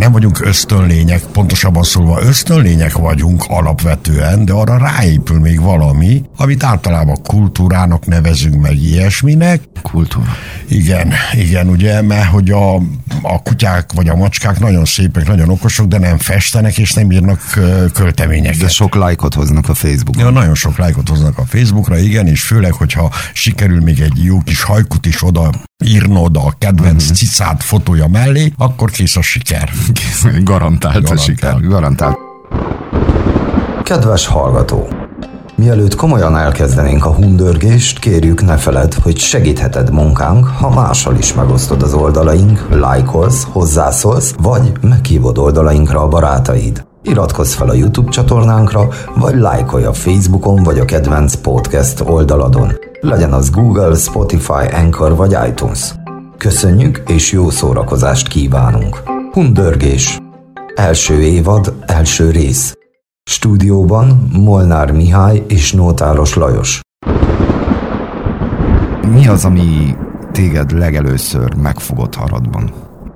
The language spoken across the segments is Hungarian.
nem vagyunk ösztönlények, pontosabban szólva ösztönlények vagyunk alapvetően, de arra ráépül még valami, amit általában kultúrának nevezünk meg ilyesminek. Kultúra. Igen, ugye, mert hogy a kutyák vagy a macskák nagyon szépek, nagyon okosok, de nem festenek és nem írnak költeményeket. De sok lájkot hoznak a Facebookon. Ja, nagyon sok lájkot hoznak a Facebookra, igen, és főleg, hogyha sikerül még egy jó kis hajkut is oda írnod a kedvenc cicád fotója mellé, akkor kész a siker. Garantált a siker. Garantált. Kedves hallgató! Mielőtt komolyan elkezdenénk a hundörgést, kérjük ne feledd, hogy segítheted munkánk, ha mással is megosztod az oldalaink, lájkolsz, hozzászólsz, vagy meghívod oldalainkra a barátaid. Iratkozz fel a YouTube csatornánkra, vagy lájkolj a Facebookon vagy a kedvenc podcast oldaladon. Legyen az Google, Spotify, Anchor vagy iTunes. Köszönjük és jó szórakozást kívánunk! Hundörgés. Első évad, első rész. Stúdióban Molnár Mihály és Nótáros Lajos. Mi az, ami téged legelőször megfogott Aradban?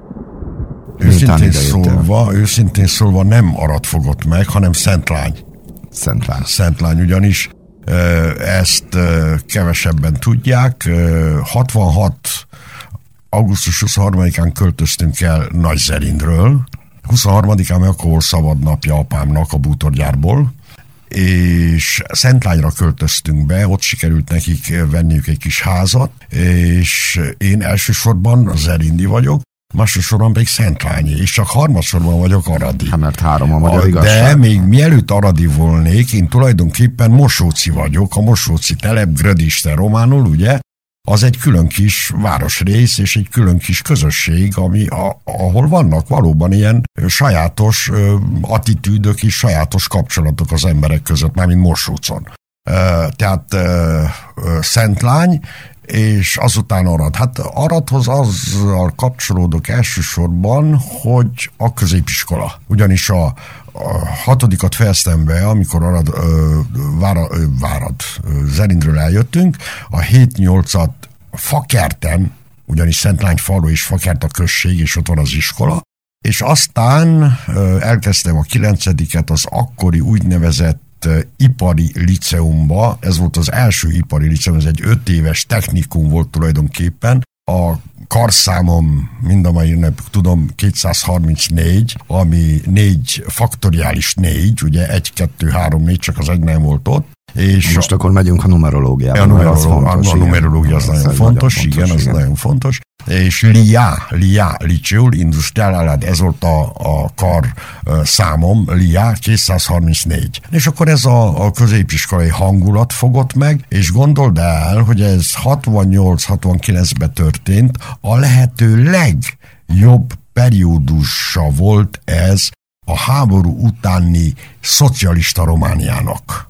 Őszintén szólva nem Arad fogott meg, hanem Szentlány. Szentlány, ugyanis ezt kevesebben tudják. 66. augusztus 23-án költöztünk el Nagyzerindről. 23-án meg akkor volt szabad napja apámnak a bútorgyárból, és Szentlányra költöztünk be, ott sikerült nekik venniük egy kis házat, és én elsősorban zerindi vagyok, másodszorban pedig Szentlányi, és csak harmadsorban vagyok aradi. Hát mert 3 a magyar igazság. De még mielőtt aradi volnék, én tulajdonképpen mosóci vagyok, a Mosóci telep, Grödisten románul, ugye? Az egy külön kis városrész és egy külön kis közösség, ahol vannak valóban ilyen sajátos attitűdök és sajátos kapcsolatok az emberek között, mármint Mosócon. Tehát Szentlány, és azután Arad. Hát Aradhoz azzal kapcsolódok elsősorban, hogy a középiskola. Ugyanis a 6-at fejeztem be, amikor Zerindről eljöttünk, a 7-8-at Fakerten, ugyanis Szentlány falu és Fakert a község, és ott van az iskola, és aztán elkezdtem a 9-et az akkori úgynevezett ipari liceumba, ez volt az első ipari liceum, ez egy 5 éves technikum volt tulajdonképpen. A karszámom, mind a mai nap tudom, 234, ami 4 faktoriális 4, ugye 1, 2, 3, 4, csak az egy nem volt ott. És most akkor megyünk a numerológiába. A numerológia az nagyon fontos, igen, az nagyon fontos. És Liceul Industrial Alad, ez volt a kar számom, LIA 234. És akkor ez a középiskolai hangulat fogott meg, és gondold el, hogy ez 68-69-ben történt, a lehető legjobb periódusa volt ez a háború utáni szocialista Romániának.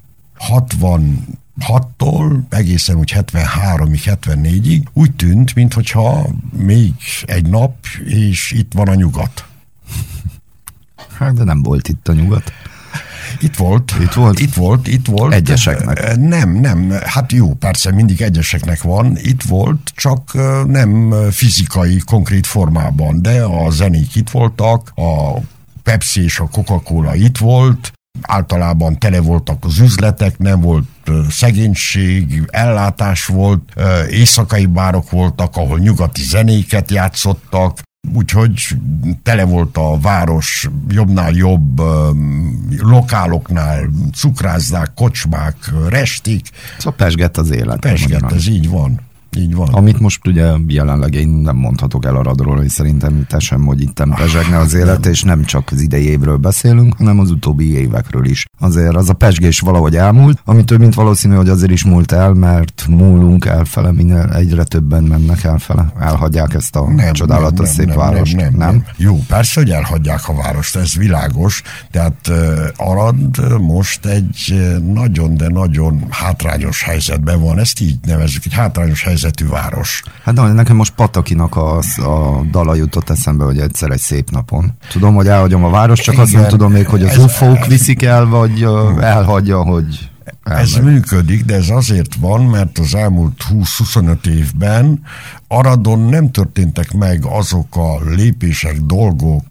66-tól egészen úgy 73-ig, 74-ig úgy tűnt, minthogyha még egy nap, és itt van a nyugat. Hát, de nem volt itt a nyugat. Itt volt. Egyeseknek. Nem, hát jó, persze mindig egyeseknek van, itt volt, csak nem fizikai, konkrét formában, de a zenék itt voltak, a Pepsi és a Coca-Cola itt volt, általában tele voltak az üzletek, nem volt szegénység, ellátás volt, éjszakai bárok voltak, ahol nyugati zenéket játszottak, úgyhogy tele volt a város jobbnál jobb lokáloknál, cukrászdák, kocsmák, restik. Szóval pesgett az élet. Pesgett, ez így van. Így van. Amit most ugye jelenleg én nem mondhatok el Aradról, hogy szerintem te sem, hogy itten pezsegne az élet, és nem csak az idei évről beszélünk, hanem az utóbbi évekről is. Azért az a pesgés valahogy elmúlt, ami több mint valószínű, hogy azért is múlt el, mert múlunk elfele, minél egyre többen mennek elfele, elhagyják ezt a csodálatos szép várost. Nem. Jó, persze, hogy elhagyják a várost, ez világos, tehát Arad most egy nagyon, de nagyon hátrányos helyzetben van, ezt így nevezzük, egy hátrányos helyzetű város. Hát de nekem most Patakinak a dala jutott eszembe, hogy egyszer egy szép napon. Tudom, hogy elhagyom a város, csak igen, azt nem tudom még, hogy az UFO-k viszik el, vagy elhagyja, hogy Ez működik, de ez azért van, mert az elmúlt 20-25 évben Aradon nem történtek meg azok a lépések, dolgok,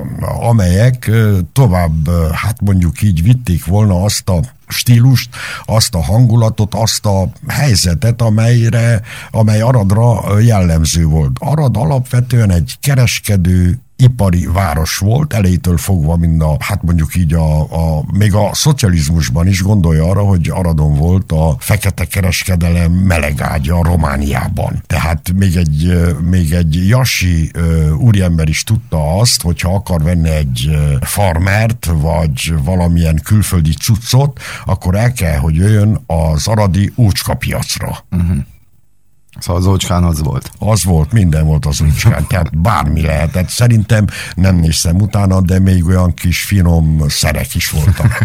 amelyek tovább, hát mondjuk így vitték volna azt a stílust, azt a hangulatot, azt a helyzetet, amely Aradra jellemző volt. Arad alapvetően egy kereskedő, ipari város volt, elejétől fogva hát mondjuk így még a szocializmusban is gondolja arra, hogy Aradon volt a fekete kereskedelem melegágya Romániában. Tehát még egy jassi úriember is tudta azt, hogyha akar venni egy farmert, vagy valamilyen külföldi cuccot, akkor el kell, hogy jöjjön az aradi ócskapiacra. Szóval az ócskán az volt. Az volt, minden volt az ócskán, tehát bármi lehetett. Szerintem nem néztem utána, de még olyan kis finom szerek is voltak.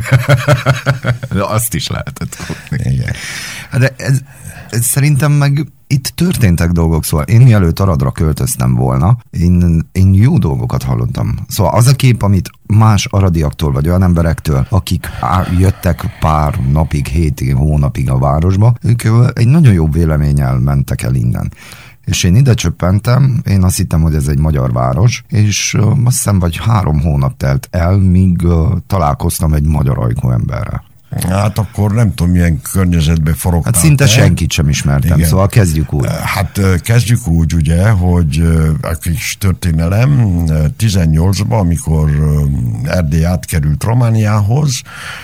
De azt is lehetett. Igen. De ez szerintem meg itt történtek dolgok, szóval én mielőtt Aradra költöztem volna, én jó dolgokat hallottam. Szóval az a kép, amit más aradiaktól, vagy olyan emberektől, akik jöttek pár napig, hétig, hónapig a városba, ők egy nagyon jó véleménnyel mentek el innen. És én ide csöppentem, én azt hittem, hogy ez egy magyar város, és azt hiszem, vagy 3 hónap telt el, míg találkoztam egy magyar ajkú emberrel. Hát akkor nem tudom, milyen környezetbe forogtál. Hát szinte senkit sem ismertem, igen. Szóval kezdjük úgy. Hát kezdjük úgy, ugye, hogy a kis történelem 18-ban, amikor Erdély átkerült Romániához,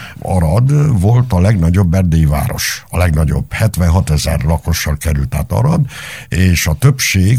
Arad volt a legnagyobb erdélyi város. A legnagyobb. 76 000 lakossal került át Arad, és a többség,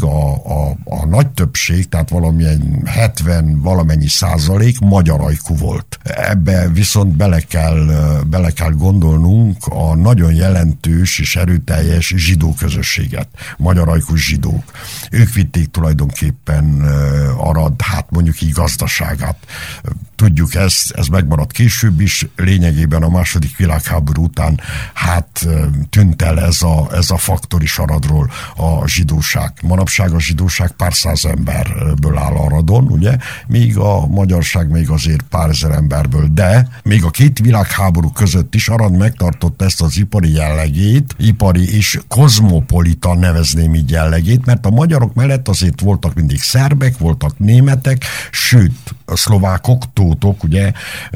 a nagy többség, tehát valamilyen 70 valamennyi százalék magyar ajkú volt. Ebbe viszont bele kell gondolnunk a nagyon jelentős és erőteljes zsidó közösséget, magyar ajkú zsidók. Ők vitték tulajdonképpen Arad, hát mondjuk így gazdaságát. Tudjuk, ez megmaradt később is, lényegében a második világháború után hát tűnt el ez a faktor is Aradról, a zsidóság. Manapság a zsidóság pár száz emberből áll Aradon, ugye? Míg a magyarság még azért pár ezer emberből, de még a 2 világháború között is Arad megtartotta ezt az ipari jellegét, ipari és kozmopolita nevezném így jellegét, mert a magyarok mellett azért voltak mindig szerbek, voltak németek, sőt, szlovákok, tótok, ugye,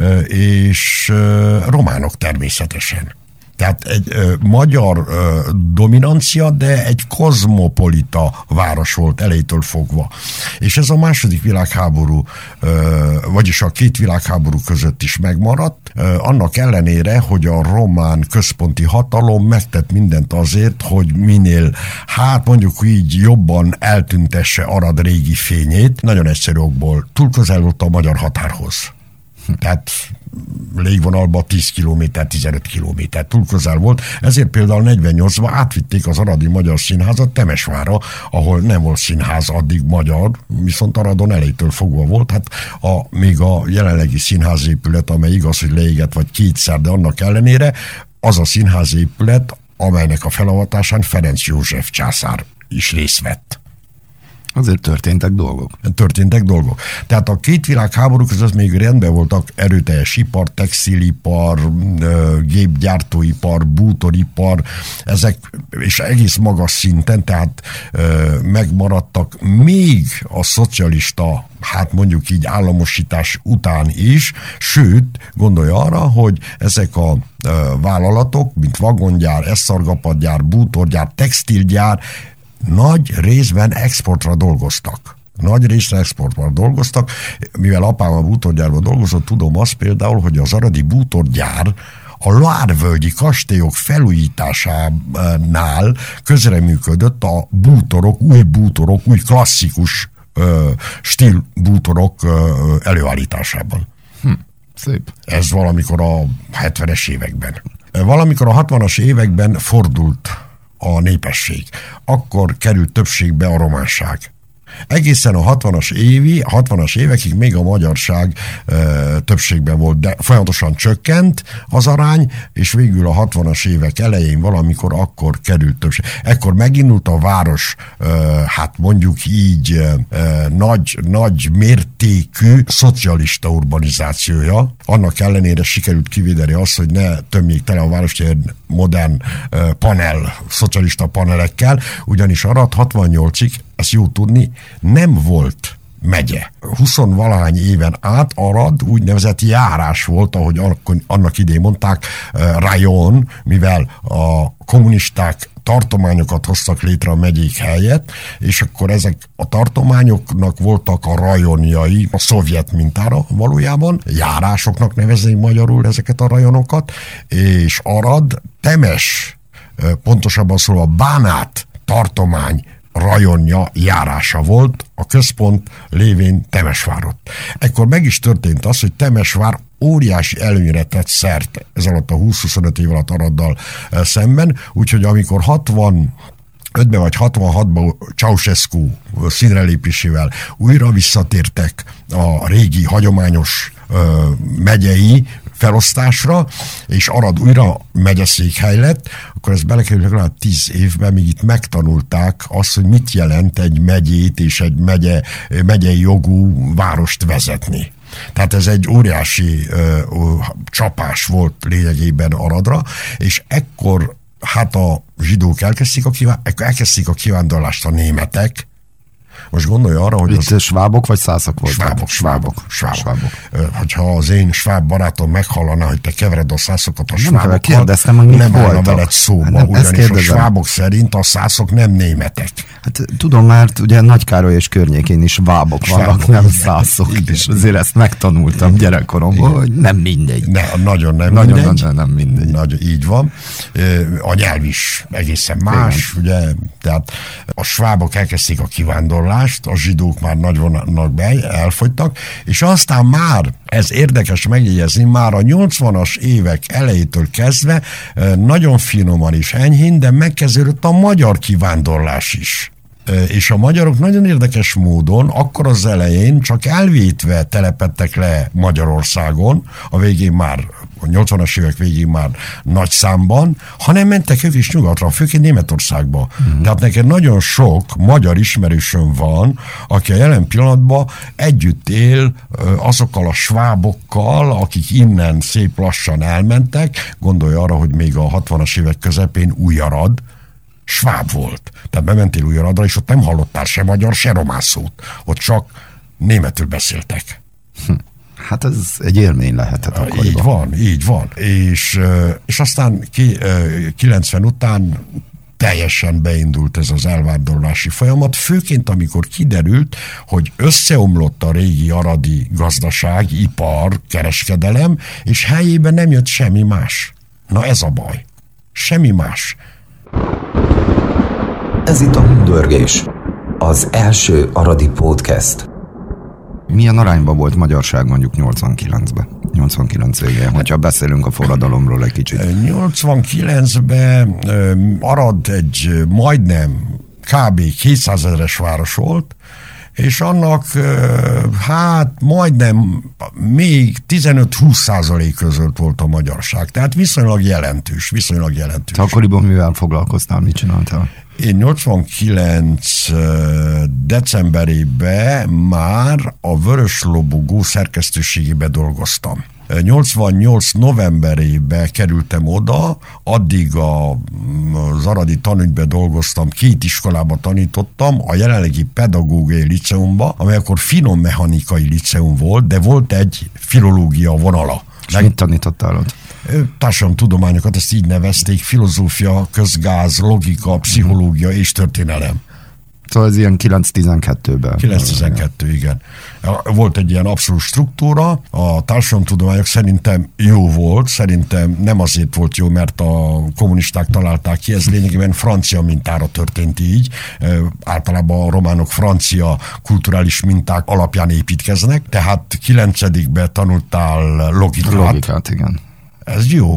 és románok természetesen. Tehát egy magyar dominancia, de egy kozmopolita város volt elejétől fogva. És ez a második világháború, vagyis a 2 világháború között is megmaradt, annak ellenére, hogy a román központi hatalom megtett mindent azért, hogy minél, hát mondjuk így jobban eltüntesse Arad régi fényét, nagyon egyszerű okból, túl közel volt a magyar határhoz. Tehát légvonalban 10 kilométer, 15 kilométer, túl közel volt, ezért például 48-ban átvitték az aradi Magyar Színházat Temesvárra, ahol nem volt színház addig magyar, viszont Aradon elejétől fogva volt, hát még a jelenlegi színházépület, amely igaz, hogy leégett vagy 2-szer, de annak ellenére az a színházépület, amelynek a felavatásán Ferenc József császár is részt vett. Azért történtek dolgok. Tehát a 2 világháború között még rendben voltak erőteljes ipar, textilipar, gépgyártóipar, bútoripar, ezek, és egész magas szinten, tehát megmaradtak még a szocialista, hát mondjuk így államosítás után is, sőt, gondolja arra, hogy ezek a vállalatok, mint vagongyár, eszargapadgyár, bútorgyár, textilgyár, nagy részben exportra dolgoztak. Mivel apám a bútorgyárban dolgozott, tudom azt például, hogy az aradi bútorgyár a Lárvölgyi kastélyok felújításánál közreműködött a bútorok, új klasszikus stíl bútorok előállításában. Szép. Ez valamikor a 70-es években. Valamikor a 60-as években fordult a népesség. Akkor került többségbe a románság. Egészen a 60-as évekig még a magyarság többségben volt, de folyamatosan csökkent az arány, és végül a 60-as évek elején valamikor akkor került többség. Ekkor megindult a város, hát mondjuk így nagy mértékű szocialista urbanizációja. Annak ellenére kivédeni azt, hogy ne tömjék tele a várost ilyen modern szocialista panelekkel, ugyanis Arad 68-ig, ezt jó tudni, nem volt megye. 20-valahány éven át Arad úgynevezett járás volt, ahogy annak idején mondták, rajon, mivel a kommunisták tartományokat hoztak létre a megyék helyett, és akkor ezek a tartományoknak voltak a rajonjai, a szovjet mintára valójában, járásoknak neveznénk magyarul ezeket a rajonokat, és Arad Temes, pontosabban szólva Bánát tartomány rajonja, járása volt, a központ lévén Temesvárot. Ekkor meg is történt az, hogy Temesvár óriási előnyre tett szert ez alatt a 20-25 év alatt Araddal szemben, úgyhogy amikor 65-ben vagy 66-ban Ceausescu színrelépésével újra visszatértek a régi hagyományos megyei felosztásra, és Arad újra megyeszékhely lett, akkor ez belekerült legalább 10 évben, míg itt megtanulták azt, hogy mit jelent egy megyét és egy megyei jogú várost vezetni. Tehát ez egy óriási csapás volt lényegében Aradra, és ekkor hát a zsidók elkezdték a kivándorlást a németek. Most gondolj arra, hogy... Itt svábok vagy szászok voltak? Svábok. Hogyha az én sváb barátom meghallaná, hogy te kevered a szászokat a svábokkal, kérdeztem, hogy nem állna veled szóba, ugyanis a svábok szerint a szászok nem németek. Hát tudom, mert ugye Nagykároly és környékén is vábok vannak, nem szászok, és azért ezt megtanultam gyerekkoromban, hogy nem mindegy. Nagyon nem mindegy. Így van. A nyelv is egészen más, ugye, tehát a svábok elkezdték a kivándorlást, a zsidók már nagy vonalnak be, elfogytak, és aztán már, ez érdekes megjegyezni, már a 80-as évek elejétől kezdve nagyon finoman és enyhén, de megkezdődött a magyar kivándorlás is. És a magyarok nagyon érdekes módon akkor az elején csak elvétve telepedtek le Magyarországon, a végén már, a 80-as évek végén már nagy számban, hanem mentek ők is nyugatra, főként Németországba. Tehát neked nagyon sok magyar ismerősöm van, aki a jelen pillanatban együtt él azokkal a svábokkal, akik innen szép lassan elmentek. Gondolj arra, hogy még a 60-as évek közepén Újarad sváb volt. Tehát bementél Újaradra, és ott nem hallottál se magyar, se román szót. Ott csak németül beszéltek. Hát ez egy élmény lehetett akkoriban. Így van. És aztán 90 után teljesen beindult ez az elvándorlási folyamat, főként amikor kiderült, hogy összeomlott a régi aradi gazdaság, ipar, kereskedelem, és helyében nem jött semmi más. Na ez a baj. Semmi más. Ez itt a Hundörgés, az első aradi podcast. Milyen arányban volt magyarság mondjuk 89-ben? 89 végén, hogyha beszélünk a forradalomról egy kicsit. 89-ben Arad egy majdnem kb. 200 000-es város volt, és annak hát majdnem még 15-20% között volt a magyarság. Tehát viszonylag jelentős. Te akkoriban mivel foglalkoztál, mit csináltál? Én 89 decemberében már a Vöröslobogó szerkesztőségébe dolgoztam. 88 novemberében kerültem oda, addig az aradi tanügybe dolgoztam, 2 iskolában tanítottam, a jelenlegi pedagógiai liceumba, amely akkor finommechanikai liceum volt, de volt egy filológia vonala. És mit tanítottál ott? Társadalomtudományokat, ezt így nevezték, filozófia, közgáz, logika, pszichológia és történelem. Szóval ez ilyen 9-12-ben. 9-12, igen. Volt egy ilyen abszolút struktúra, a társadalomtudományok szerintem jó volt, szerintem nem azért volt jó, mert a kommunisták találták ki, ez lényegében francia mintára történt így. Általában a románok francia kulturális minták alapján építkeznek, tehát 9-ben tanultál logikát. Logikát, igen. Ez jó.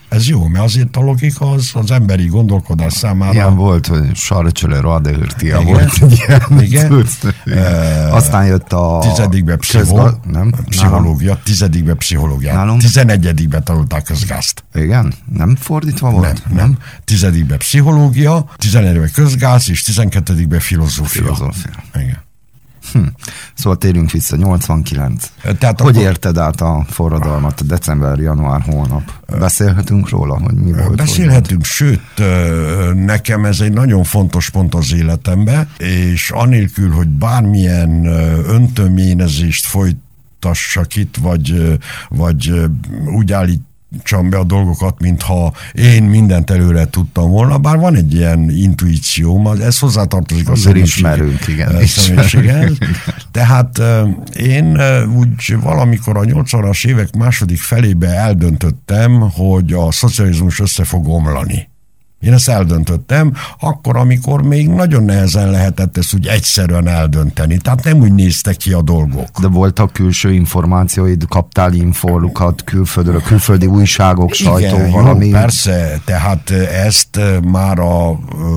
Ez jó, mert azért a logika az emberi gondolkodás számára... Ilyen volt, hogy Sarcsöle Radehörtia volt. Igen. Aztán jött a... Tizedikbe pszichológia, tizedikbe pszichológiát. Nálunk? 11-be tanulták közgázt. Igen? Nem fordítva volt? Nem. Tizedikbe pszichológia, 11-be közgáz, és 12-be filozófia. Igen. Szóval térjünk vissza, 89. Tehát hogy érted át a forradalmat, december, január hónap? Beszélhetünk róla, hogy mi volt? Beszélhetünk, sőt, nekem ez egy nagyon fontos pont az életemben, és anélkül, hogy bármilyen öntöményezést folytassak itt, vagy úgy állítsam be a dolgokat, mintha én mindent előre tudtam volna, bár van egy ilyen intuícióm, ez hozzátartozik a személyiséghez. Tehát én úgy valamikor a 80-as évek második felébe eldöntöttem, hogy a szocializmus össze fog omlani. Én ezt eldöntöttem, akkor, amikor még nagyon nehezen lehetett ezt úgy egyszerűen eldönteni. Tehát nem úgy néztek ki a dolgok. De voltak külső információid, kaptál infólukat külföldről, külföldi újságok, sajtó, igen, valami? Jó, persze, tehát ezt már a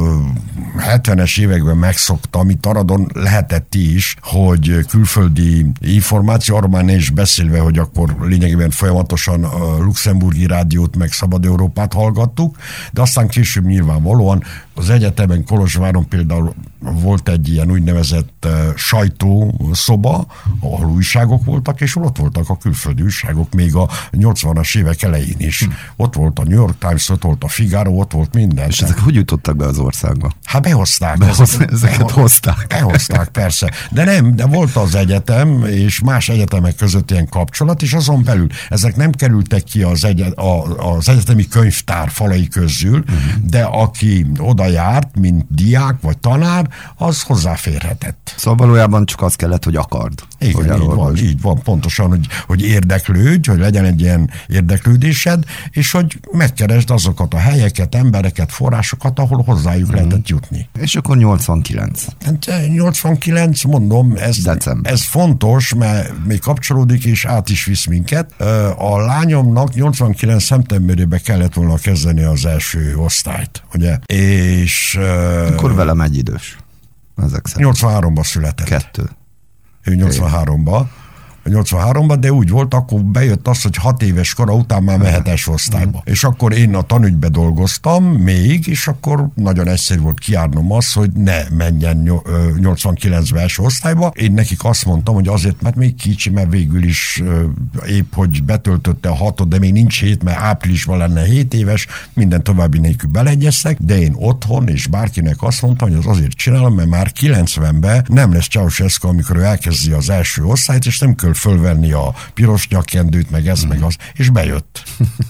70-es években megszoktam, itt Aradon lehetett is, hogy külföldi információ, arról már ne is beszélve, hogy akkor lényegében folyamatosan a luxemburgi rádiót meg Szabad Európát hallgattuk, de aztán később nyilvánvalóan az egyetemen Kolozsváron például volt egy ilyen úgynevezett sajtószoba, ahol újságok voltak, és ott voltak a külföldi újságok még a 80-as évek elején is. Ott volt a New York Times, ott volt a Figaro, ott volt minden. És ezek hogy jutottak be az országba? Hát behozták. Ezeket hozták. Behozták, persze. De volt az egyetem, és más egyetemek között ilyen kapcsolat, és azon belül ezek nem kerültek ki az egyetemi könyvtár falai közül, de aki oda járt, mint diák vagy tanár, az hozzáférhetett. Szóval valójában csak az kellett, hogy akard. Igen, így van, pontosan, hogy érdeklődj, hogy legyen egy ilyen érdeklődésed, és hogy megkeresd azokat a helyeket, embereket, forrásokat, ahol hozzájuk lehetett jutni. És akkor 89. 89, mondom, ez fontos, mert még kapcsolódik, és át is visz minket. A lányomnak 89. szeptemberében kellett volna kezdeni az első osztályt, ugye? És... Akkor velem egy idős. Ezek szerint. 83-ban született. 2. Ő 83-ban, de úgy volt, akkor bejött az, hogy 6 éves kora után már mehet első osztályba. És akkor én a tanügybe dolgoztam még, és akkor nagyon egyszerű volt kiárnom azt, hogy ne menjen 89-ben első osztályba. Én nekik azt mondtam, hogy azért, mert még kicsi, mert végül is épp, hogy betöltötte a 6-ot, de még nincs 7, mert áprilisban lenne 7 éves, minden további nélkül beleegyeztek, de én otthon, és bárkinek azt mondtam, hogy az azért csinálom, mert már 90-ben nem lesz Ceausescu, amikor ő elkezdi az első osztályt, és nem kell fölvenni a piros nyakkendőt, meg ezt, meg az, és bejött.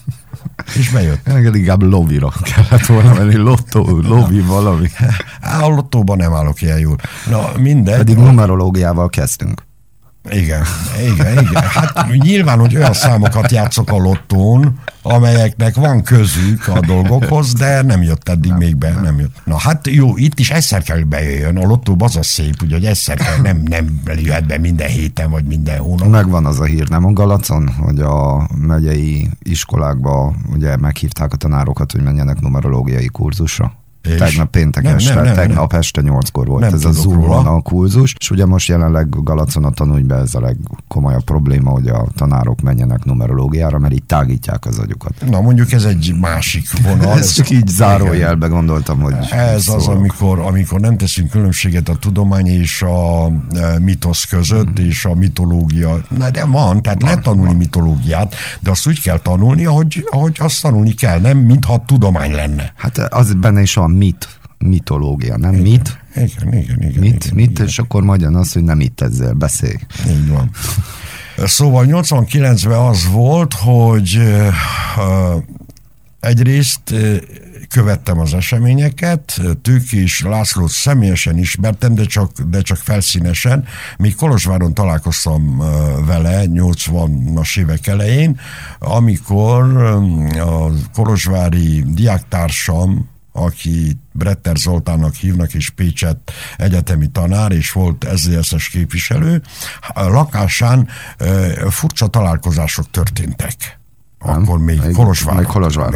Inkább lovira kellett volna menni, lovi valami. A lottóban nem állok ilyen jól. Na, mindegy. Pedig numerológiával kezdtünk. Igen. Hát nyilván, hogy olyan számokat játszok a lottón, amelyeknek van közük a dolgokhoz, de nem jött eddig még be, nem jött. Na hát jó, itt is egyszer kell bejöjjön, a lottóban az a szép, ugye, hogy egyszer kell, nem jöhet be minden héten, vagy minden hónap. Megvan az a hír, nem a Galacon, hogy a megyei iskolákba ugye meghívták a tanárokat, hogy menjenek numerológiai kurzusra. Tegnap péntek tegnap este 8-kor volt nem ez a Zoom-on a kurzus, és ugye most jelenleg Galacon a tanúgybe ez a legkomolyabb probléma, hogy a tanárok menjenek numerológiára, mert így tágítják az agyukat. Na mondjuk ez egy másik vonal. Ez csak így zárójelbe gondoltam, hogy... Ez az, amikor nem teszünk különbséget a tudomány és a mitosz között, és a mitológia. Na de van, tehát lehet tanulni mitológiát, de azt úgy kell tanulni, ahogy azt tanulni kell, nem mintha tudomány lenne. Hát az benne is a mitológia, nem igen, mit? Igen, és akkor majd jön az, hogy nem itt ezzel beszélj. Így van. Szóval 89-ben az volt, hogy egyrészt követtem az eseményeket, Tőkés Lászlót személyesen ismertem, de csak felszínesen. Még Kolozsváron találkoztam vele 80-as évek elején, amikor a kolozsvári diáktársam, aki Bretter Zoltánnak hívnak, és Pécset egyetemi tanár, és volt SZDSZ-es képviselő, lakásán furcsa találkozások történtek. Akkor még Kolozsvár.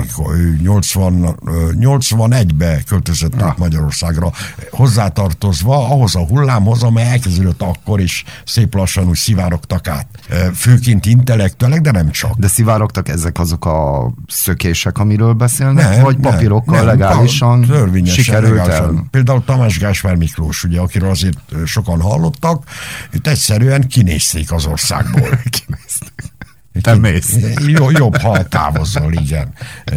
81-be költözött át Magyarországra, hozzátartozva ahhoz a hullámhoz, amely elkezdődött akkor is szép lassan úgy szivárogtak át. Főként intellektuelek, de nem csak. De szivárogtak ezek azok a szökések, amiről beszélnek, vagy papírokkal legálisan sikerült el? Például Tamás Gáspár Miklós, ugye, akiről azért sokan hallottak, őt egyszerűen kinézték az országból. Te mész. Jobb, ha távozol, igen.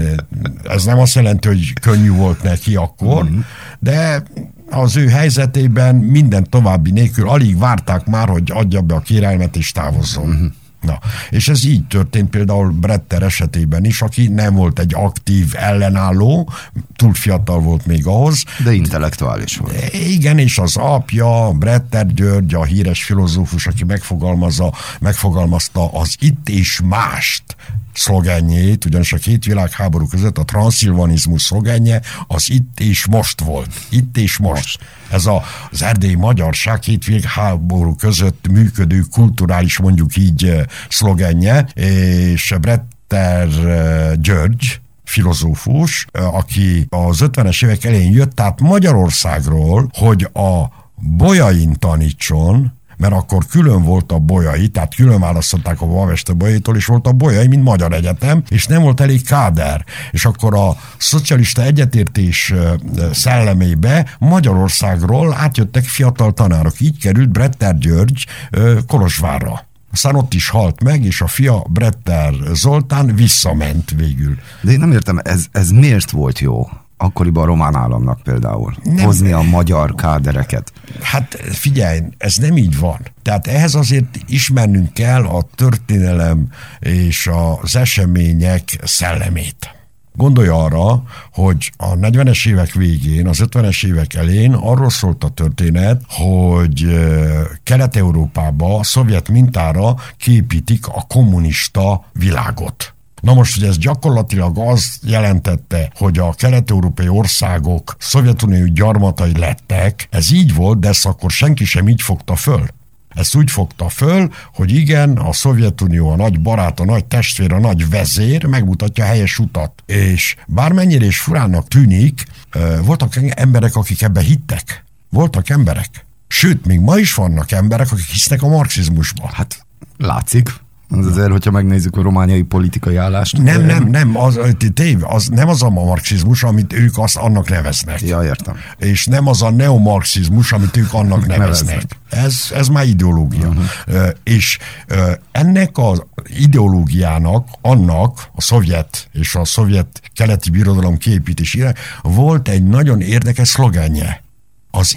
Ez nem azt jelenti, hogy könnyű volt neki akkor, de az ő helyzetében minden további nélkül alig várták már, hogy adja be a kérelmet és távozzon. Na, és ez így történt például Bretter esetében is, aki nem volt egy aktív ellenálló, túl fiatal volt még ahhoz. De intellektuális volt. Igen, és az apja, Bretter György, a híres filozófus, aki megfogalmazta az itt és mást szlogenjét, ugyanis a két világháború között a transzilvanizmus szlogenje az itt és most volt. Itt és most. Ez az erdélyi magyarság két világháború között működő kulturális, mondjuk így, szlogenje, és Bretter György, filozófus, aki az 50-es évek elején jött, tehát Magyarországról, hogy a Bolyai tanítson, mert akkor külön volt a Bolyai, tehát külön választották a Valmester Bolyaitól, és volt a Bolyai, mint magyar egyetem, és nem volt elég káder. És akkor a szocialista egyetértés szellemébe Magyarországról átjöttek fiatal tanárok. Így került Bretter György Kolozsvárra. Aztán ott is halt meg, és a fia Bretter Zoltán visszament végül. De én nem értem, ez miért volt jó? Akkoriban a román államnak például. Hozni a magyar kádereket. Hát figyelj, ez nem így van. Tehát ehhez azért ismernünk kell a történelem és az események szellemét. Gondolj arra, hogy a 40-es évek végén, az 50-es évek elején arról szólt a történet, hogy Kelet-Európába, szovjet mintára képítik a kommunista világot. Na most, hogy ez gyakorlatilag azt jelentette, hogy a kelet-európai országok Szovjetunió gyarmatai lettek, ez így volt, de ezt akkor senki sem így fogta föl. Ezt úgy fogta föl, hogy igen, a Szovjetunió a nagy barát, a nagy testvér, a nagy vezér megmutatja a helyes utat. És bármennyire is furának tűnik, voltak emberek, akik ebbe hittek. Voltak emberek. Sőt, még ma is vannak emberek, akik hisznek a marxizmusba. Hát látszik. Azért, hogyha megnézzük a romániai politikai állást. Nem, az nem az a marxizmus, amit ők annak neveznek. Ja, értem. És nem az a neomarxizmus, amit ők annak neveznek. Ez már ideológia. És ennek az ideológiának, annak a szovjet és a szovjet keleti birodalom kiépítésére volt egy nagyon érdekes szlogenje. Az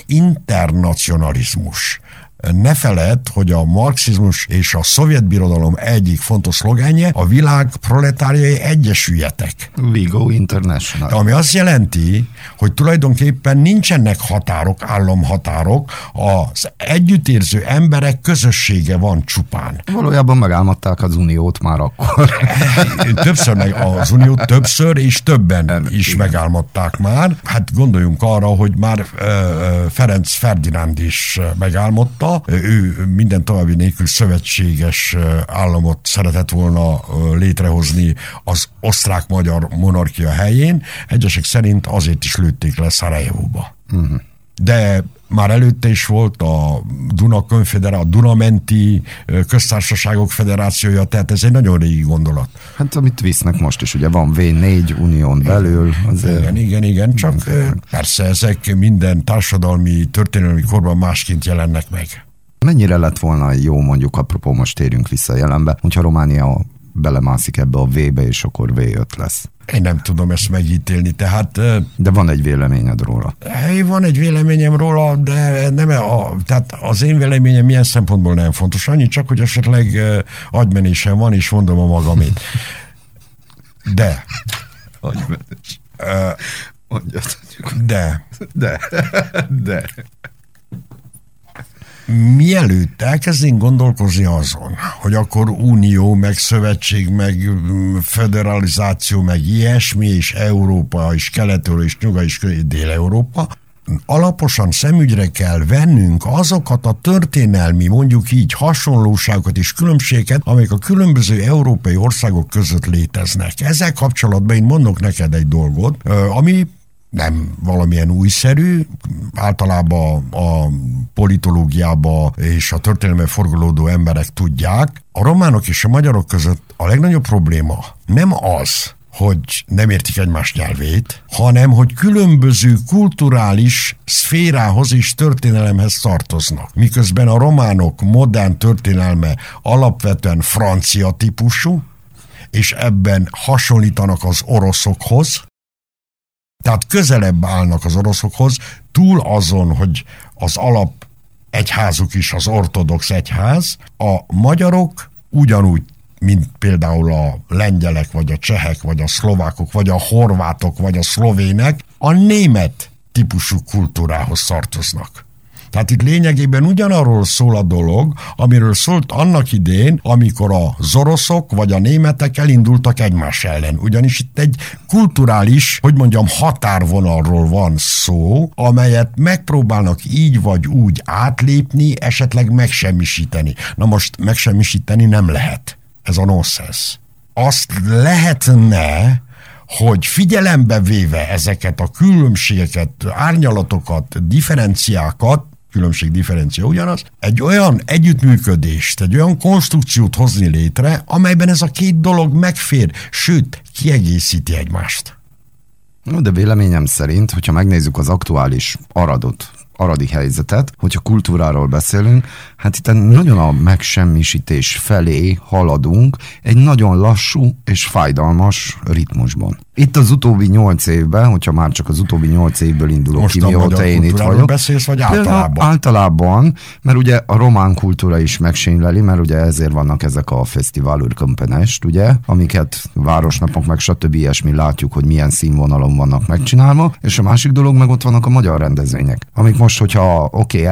internacionalizmus. Ne feledd, hogy a marxizmus és a szovjet birodalom egyik fontos szlogenje a világ proletárjai egyesüljetek. We go international. Ami azt jelenti, hogy tulajdonképpen nincsenek határok, államhatárok, az együttérző emberek közössége van csupán. Valójában megálmodták az uniót már akkor. Az uniót többször és többen is megálmodták már. Hát gondoljunk arra, hogy már Ferenc Ferdinánd is megálmodta. Ő minden további nélkül szövetséges államot szeretett volna létrehozni az osztrák-magyar monarchia helyén. Egyesek szerint azért is lőtték le Szarajevóba. De már előtte is volt a a Dunamenti köztársaságok federációja, tehát ez egy nagyon régi gondolat. Hát amit visznek most is, ugye van V4 unión belül. Azért... Igen, csak persze ezek minden társadalmi, történelmi korban másként jelennek meg. Mennyire lett volna jó, mondjuk, apropó, most térjünk vissza a jelenbe, hogyha Románia belemászik ebbe a V-be, és akkor V5 lesz? Én nem tudom ezt megítélni, tehát... De van egy véleményed róla. Van egy véleményem róla, de nem tehát az én véleményem milyen szempontból nem fontos. Annyi csak, hogy esetleg agymenésem van, és mondom a magamét. De... Agymenés. De... Mielőtt elkezdünk gondolkozni azon, hogy akkor unió, meg szövetség, meg federalizáció, meg ilyesmi, és Európa, és Kelet-Európa, és Nyugat, és Dél-Európa, alaposan szemügyre kell vennünk azokat a történelmi, mondjuk így hasonlóságokat és különbségeket, amelyek a különböző európai országok között léteznek. Ezzel kapcsolatban én mondok neked egy dolgot, ami nem valamilyen újszerű, általában a politológiában és a történelemben forgolódó emberek tudják. A románok és a magyarok között a legnagyobb probléma nem az, hogy nem értik egymás nyelvét, hanem hogy különböző kulturális szférához és történelemhez tartoznak. Miközben a románok modern történelme alapvetően francia típusú, és ebben hasonlítanak az oroszokhoz, tehát közelebb állnak az oroszokhoz, túl azon, hogy az alap egyházuk is az ortodox egyház, a magyarok ugyanúgy, mint például a lengyelek, vagy a csehek, vagy a szlovákok, vagy a horvátok, vagy a szlovének, a német típusú kultúrához tartoznak. Tehát itt lényegében ugyanarról szól a dolog, amiről szólt annak idén, amikor az oroszok vagy a németek elindultak egymás ellen. Ugyanis itt egy kulturális, határvonalról van szó, amelyet megpróbálnak így vagy úgy átlépni, esetleg megsemmisíteni. Na most megsemmisíteni nem lehet. Ez a nonsens. Azt lehetne, hogy figyelembe véve ezeket a különbségeket, árnyalatokat, differenciákat, különbség-differencia ugyanaz, egy olyan együttműködést, egy olyan konstrukciót hozni létre, amelyben ez a két dolog megfér, sőt, kiegészíti egymást. De véleményem szerint, hogyha megnézzük az aktuális aradi helyzetet, hogyha kultúráról beszélünk, hát itt nagyon a megsemmisítés felé haladunk egy nagyon lassú és fájdalmas ritmusban. Itt az utóbbi 8 évben, hogyha már csak az utóbbi 8 évből indulok ki, mióta én itt vagyok. Beszélsz, vagy általában? Általában, mert ugye a román kultúra is megsínyleli, mert ugye ezért vannak ezek a fesztiválur Campenest, ugye, amiket városnapok meg stb. Ilyesmi látjuk, hogy milyen színvonalon vannak megcsinálva, és a másik dolog meg ott vannak a magyar rendezvények, amik most, hogyha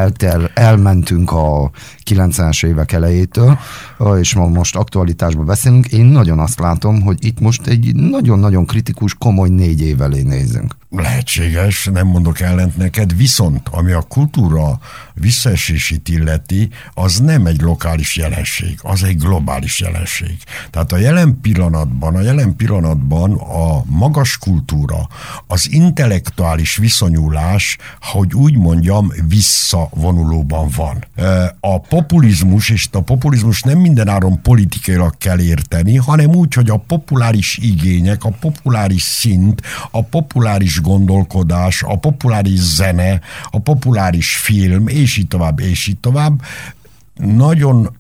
elmentünk a 90-es évek elejétől, és most aktualitásban beszélünk, én nagyon azt látom, hogy itt most egy nagyon-nagyon kritikus, komoly 4 év elé nézünk. Lehetséges, nem mondok ellent neked, viszont ami a kultúra visszaesését illeti, az nem egy lokális jelenség, az egy globális jelenség. Tehát a jelen pillanatban a magas kultúra, az intellektuális viszonyulás, hogy úgy mondjam, visszavonulóban van. A populizmus, és a populizmus nem mindenáron politikailag kell érteni, hanem úgy, hogy a populáris igények, a populáris szint, a populáris gondolkodás, a populáris zene, a populáris film, és így tovább, nagyon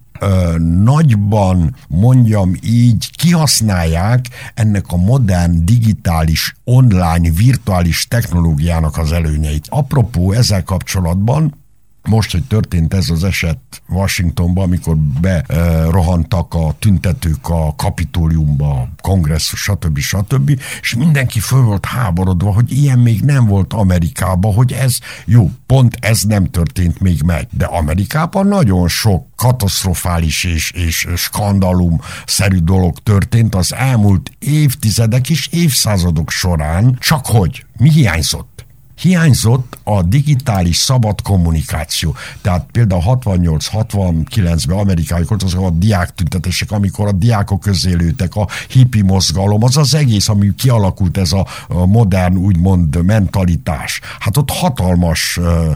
nagyban, mondjam így, kihasználják ennek a modern, digitális, online, virtuális technológiának az előnyeit. Apropó ezzel kapcsolatban, most, hogy történt ez az eset Washingtonban, amikor berohantak a tüntetők a Kapitóliumba, kongresszus, stb. És mindenki föl volt háborodva, hogy ilyen még nem volt Amerikában, hogy ez jó, pont ez nem történt még meg. De Amerikában nagyon sok katasztrofális és skandalum-szerű dolog történt az elmúlt évtizedek és évszázadok során, csak hogy mi hiányzott? Hiányzott a digitális szabad kommunikáció. Tehát például 68-69-ben Amerikában volt azok a diáktüntetések, amikor a diákok közélőtek, a hippi mozgalom, az az egész, ami kialakult ez a modern, úgymond mentalitás. Hát ott hatalmas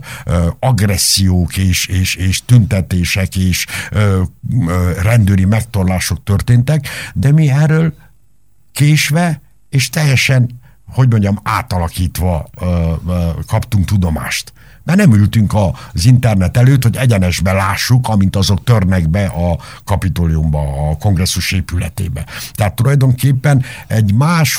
agressziók és tüntetések és rendőri megtorlások történtek, de mi erről késve és teljesen átalakítva kaptunk tudomást. Mert nem ültünk az internet előtt, hogy egyenesbe lássuk, amint azok törnek be a Kapitóliumba, a kongresszus épületébe. Tehát tulajdonképpen egy más,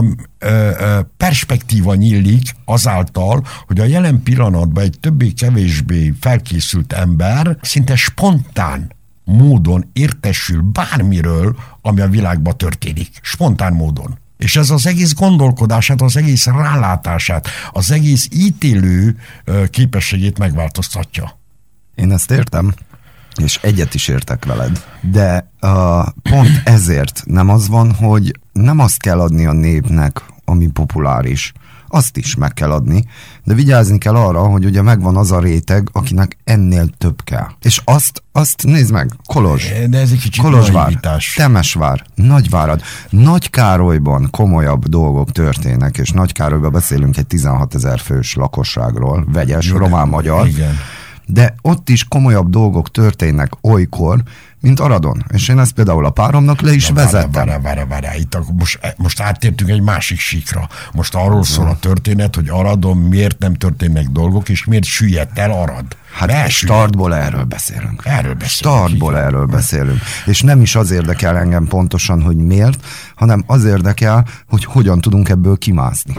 perspektíva nyílik azáltal, hogy a jelen pillanatban egy többé-kevésbé felkészült ember szinte spontán módon értesül bármiről, ami a világban történik. Spontán módon. És ez az egész gondolkodását, az egész rálátását, az egész ítélő képességét megváltoztatja. Én ezt értem, és egyet is értek veled, de pont ezért nem az van, hogy nem azt kell adni a népnek, ami populáris, azt is meg kell adni, de vigyázni kell arra, hogy ugye megvan az a réteg, akinek ennél több kell. És azt nézd meg, Kolozs, de ez egy kicsit Kolozsvár, naivitás. Temesvár, Nagyvárad, Nagykárolyban komolyabb dolgok történnek, és Nagykárolyban beszélünk egy 16 000 fős lakosságról, vegyes, román-magyar, igen. De ott is komolyabb dolgok történnek olykor, mint Aradon. És én ezt például a páromnak le is vezettem. Várj. Itt most áttértünk egy másik síkra. Most arról szól a történet, hogy Aradon miért nem történnek dolgok, és miért süllyedt el Arad. Hát startból erről beszélünk. Erről beszélünk. És nem is az érdekel engem pontosan, hogy miért, hanem az érdekel, hogy hogyan tudunk ebből kimászni.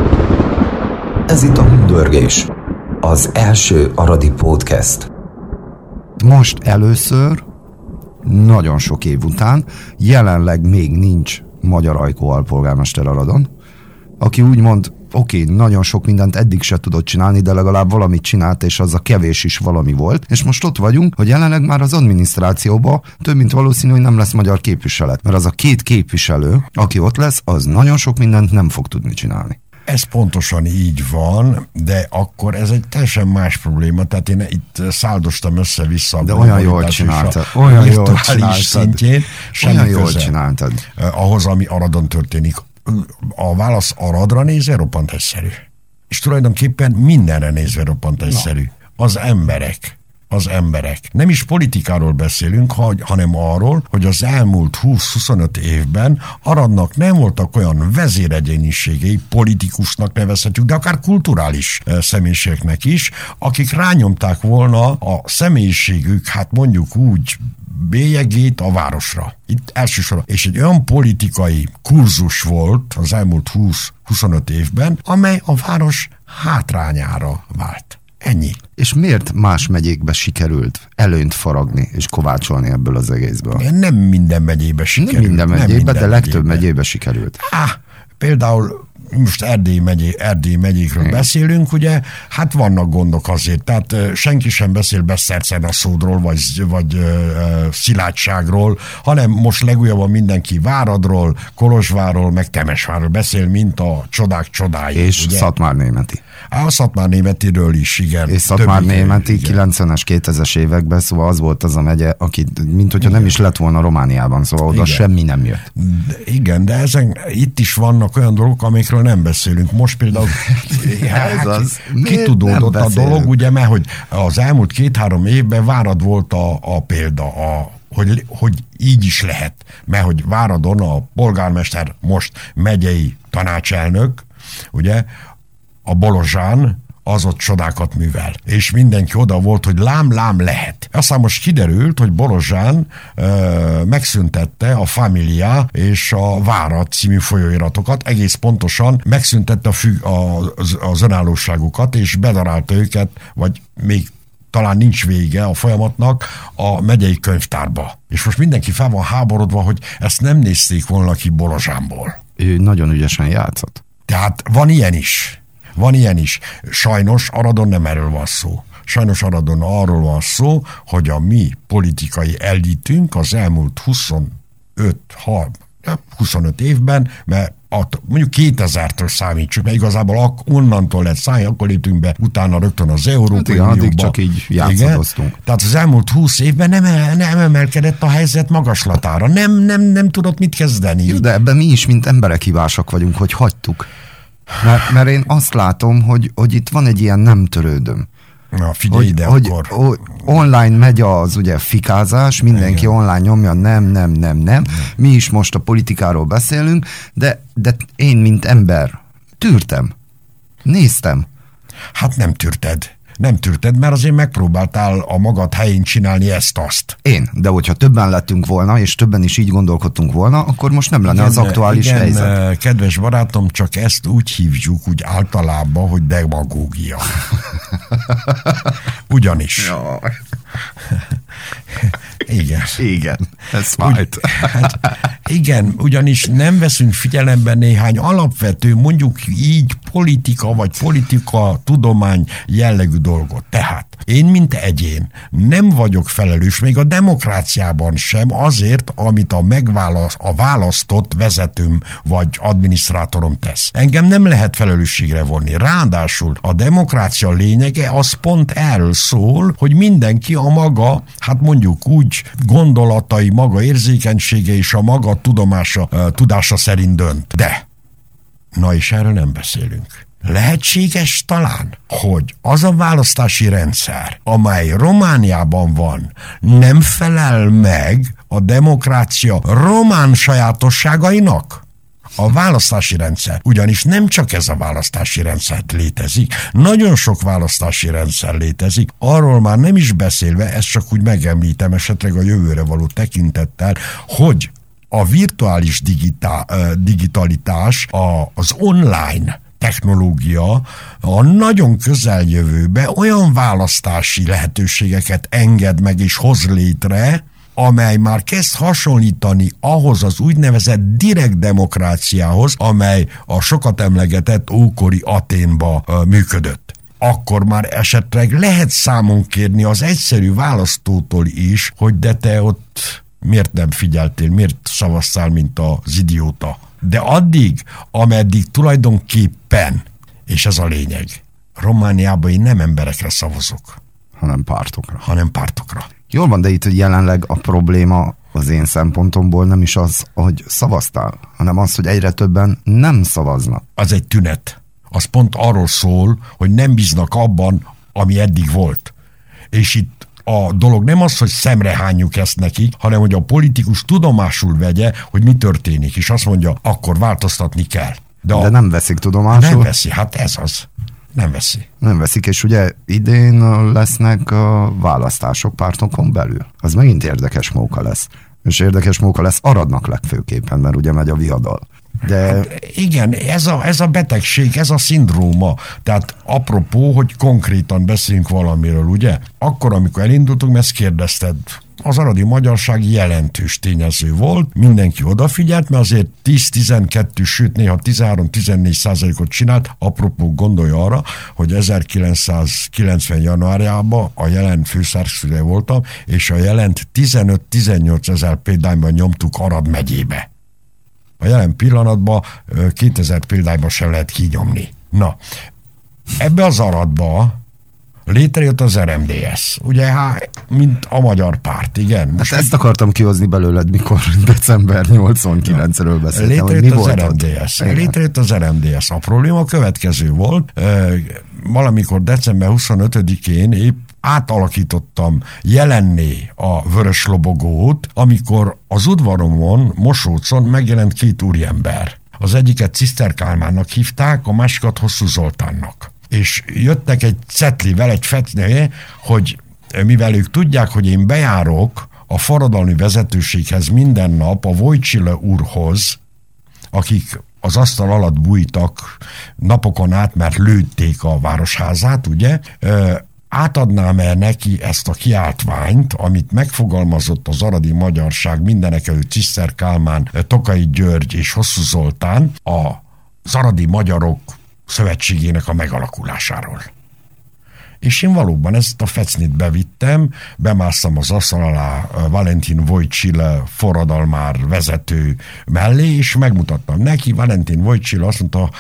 Ez itt a Hundörgés, az első aradi podcast. Most először, nagyon sok év után, jelenleg még nincs magyar Ajkó alpolgármester Aradon, aki úgymond, oké, nagyon sok mindent eddig se tudott csinálni, de legalább valamit csinált, és az a kevés is valami volt. És most ott vagyunk, hogy jelenleg már az adminisztrációban több mint valószínű, hogy nem lesz magyar képviselet. Mert az a 2 képviselő, aki ott lesz, az nagyon sok mindent nem fog tudni csinálni. Ez pontosan így van, de akkor ez egy teljesen más probléma, tehát én itt száldostam össze-vissza. De olyan jól csináltad. Szintjén, olyan jól csináltad. Ahhoz, ami Aradon történik. A válasz Aradra nézve roppant egyszerű. És tulajdonképpen mindenre nézve roppant egyszerű. Az emberek. Nem is politikáról beszélünk, hanem arról, hogy az elmúlt 20-25 évben Aradnak nem voltak olyan vezéregyéniségei, politikusnak nevezhetjük, de akár kulturális személyiségnek is, akik rányomták volna a személyiségük, hát mondjuk úgy, bélyegét a városra. Itt elsősorban. És egy olyan politikai kurzus volt az elmúlt 20-25 évben, amely a város hátrányára vált. Ennyi. És miért más megyékbe sikerült előnyt faragni és kovácsolni ebből az egészből? Nem minden megyébe sikerült. Nem minden megyébe, de legtöbb megyébe sikerült. Például most Erdély megyékről beszélünk, ugye, hát vannak gondok azért, tehát senki sem beszél Besztercen-a-Szódról, vagy Szilágyságról, hanem most legújabban mindenki Váradról, Kolozsvárról, meg Temesvárról beszél, mint a csodák csodái. És Szatmárnémeti. A Szatmárnémetiről is, igen. És Szatmárnémeti 90-es, 2000-es években, szóval az volt az a megye, aki, mint hogyha nem is lett volna Romániában, szóval oda semmi nem jött. Igen, de itt is vannak olyan dolgok, amikről nem beszélünk. Most például kitudódott a dolog, ugye, mert hogy az elmúlt 2-3 évben Várad volt a példa, hogy így is lehet, mert hogy Váradon a polgármester most megyei tanácselnök, ugye, a Bolozsán az ott csodákat művel. És mindenki oda volt, hogy lám lehet. Aztán most kiderült, hogy Bolozsán megszüntette a Familia és a Várad című folyóiratokat, egész pontosan megszüntette az önállóságukat, és bedarálta őket, vagy még talán nincs vége a folyamatnak a megyei könyvtárba. És most mindenki fel van háborodva, hogy ezt nem nézték volna ki Bolozsánból. Ő nagyon ügyesen játszott. Tehát van ilyen is. Sajnos Aradon nem erről van szó. Sajnos Aradon arról van szó, hogy a mi politikai elitünk az elmúlt 25 évben, mert mondjuk 2000-től számítsuk, mert igazából onnantól lett akkor léptünk be, utána rögtön az Európai Unióba. Addig csak így játszadoztunk. Tehát az elmúlt 20 évben nem emelkedett a helyzet magaslatára. Nem tudott mit kezdeni. De ebben mi is, mint emberek hibásak vagyunk, hogy hagytuk. Mert én azt látom, hogy itt van egy ilyen nem törődöm. Na, figyelj ide akkor. Hogy online megy az ugye fikázás, mindenki online nyomja, nem. Mi is most a politikáról beszélünk, de én, mint ember, tűrtem. Néztem. Hát nem tűrted, mert azért megpróbáltál a magad helyén csinálni ezt-azt. De hogyha többen lettünk volna, és többen is így gondolkodtunk volna, akkor most nem lenne az aktuális helyzet. Kedves barátom, csak ezt úgy hívjuk, úgy általában, hogy demagógia. Ugyanis. Igen, ez fájt. Igen, ugyanis nem veszünk figyelembe néhány alapvető, mondjuk így politika vagy politika tudomány jellegű dolgot. Tehát Én, mint egyén, nem vagyok felelős, még a demokráciában sem azért, amit a választott vezetőm vagy adminisztrátorom tesz. Engem nem lehet felelősségre vonni. Ráadásul a demokrácia lényege az pont erről szól, hogy mindenki a maga, hát mondjuk úgy, gondolatai, maga érzékenysége és a maga tudása szerint dönt. De, na és erről nem beszélünk. Lehetséges talán, hogy az a választási rendszer, amely Romániában van, nem felel meg a demokrácia román sajátosságainak? A választási rendszer, ugyanis nem csak ez a választási rendszer létezik, nagyon sok választási rendszer létezik, arról már nem is beszélve, ezt csak úgy megemlítem esetleg a jövőre való tekintettel, hogy a virtuális digitalitás, az online technológia a nagyon közeljövőbe olyan választási lehetőségeket enged meg és hoz létre, amely már kezd hasonlítani ahhoz az úgynevezett direkt demokráciához, amely a sokat emlegetett ókori Athénba működött. Akkor már esetleg lehet számon kérni az egyszerű választótól is, hogy de te ott miért nem figyeltél, miért szavaztál, mint az idióta. De addig, ameddig tulajdonképpen, és ez a lényeg, Romániában én nem emberekre szavazok. Hanem pártokra. Jól van, de itt jelenleg a probléma az én szempontomból nem is az, hogy szavaztál, hanem az, hogy egyre többen nem szavaznak. Az egy tünet. Az pont arról szól, hogy nem bíznak abban, ami eddig volt. És itt a dolog nem az, hogy szemrehányjuk ezt nekik, hanem hogy a politikus tudomásul vegye, hogy mi történik, és azt mondja, akkor változtatni kell. De nem veszik tudomásul? Nem veszi, hát ez az. Nem veszi. Nem veszik, és ugye idén lesznek a választások pártokon belül. Az megint érdekes móka lesz. És érdekes móka lesz Aradnak legfőképpen, mert ugye megy a viadal. De... Hát igen, ez a betegség, ez a szindróma. Tehát apropó, hogy konkrétan beszélünk valamiről, ugye? Akkor, amikor elindultunk, ezt kérdezted, az aradi magyarság jelentős tényező volt, mindenki odafigyelt, mert azért 10-12, sőt néha 13-14%-ot csinált. Apropó, gondolja arra, hogy 1990 januárjában a Jelent főszerkesztője voltam, és a Jelent 15-18 ezer példányban nyomtuk Arad megyébe. A jelen pillanatban 2000 példányban sem lehet kinyomni. Na, ebbe az Aradba létrejött az RMDS, ugye, mint a magyar párt, igen. Most ezt akartam kihozni belőled, mikor december 89-ről beszéltem, hogy mi volt RMDS. Létrejött az RMDS. A probléma a következő volt, valamikor december 25-én épp átalakítottam jelenné a vörös lobogót, amikor az udvaromon, Mosócon megjelent két úriember. Az egyiket Ciszter Kálmánnak hívták, a másikat Hosszú Zoltánnak. És jöttek egy cetlivel, egy fetnél, hogy mivel ők tudják, hogy én bejárok a forradalmi vezetőséghez minden nap, a Wojtyla úrhoz, akik az asztal alatt bújtak napokon át, mert lőtték a városházát, ugye, átadnám el neki ezt a kiáltványt, amit megfogalmazott az aradi magyarság, mindenekelőtt Ciszter Kálmán, Tokai György és Hosszú Zoltán az aradi magyarok szövetségének a megalakulásáról. És én valóban ezt a fecnit bevittem, bemásztam az asztal alá Valentin Wojtyla forradalmár vezető mellé, és megmutattam neki. Valentin Wojtyla azt mondta,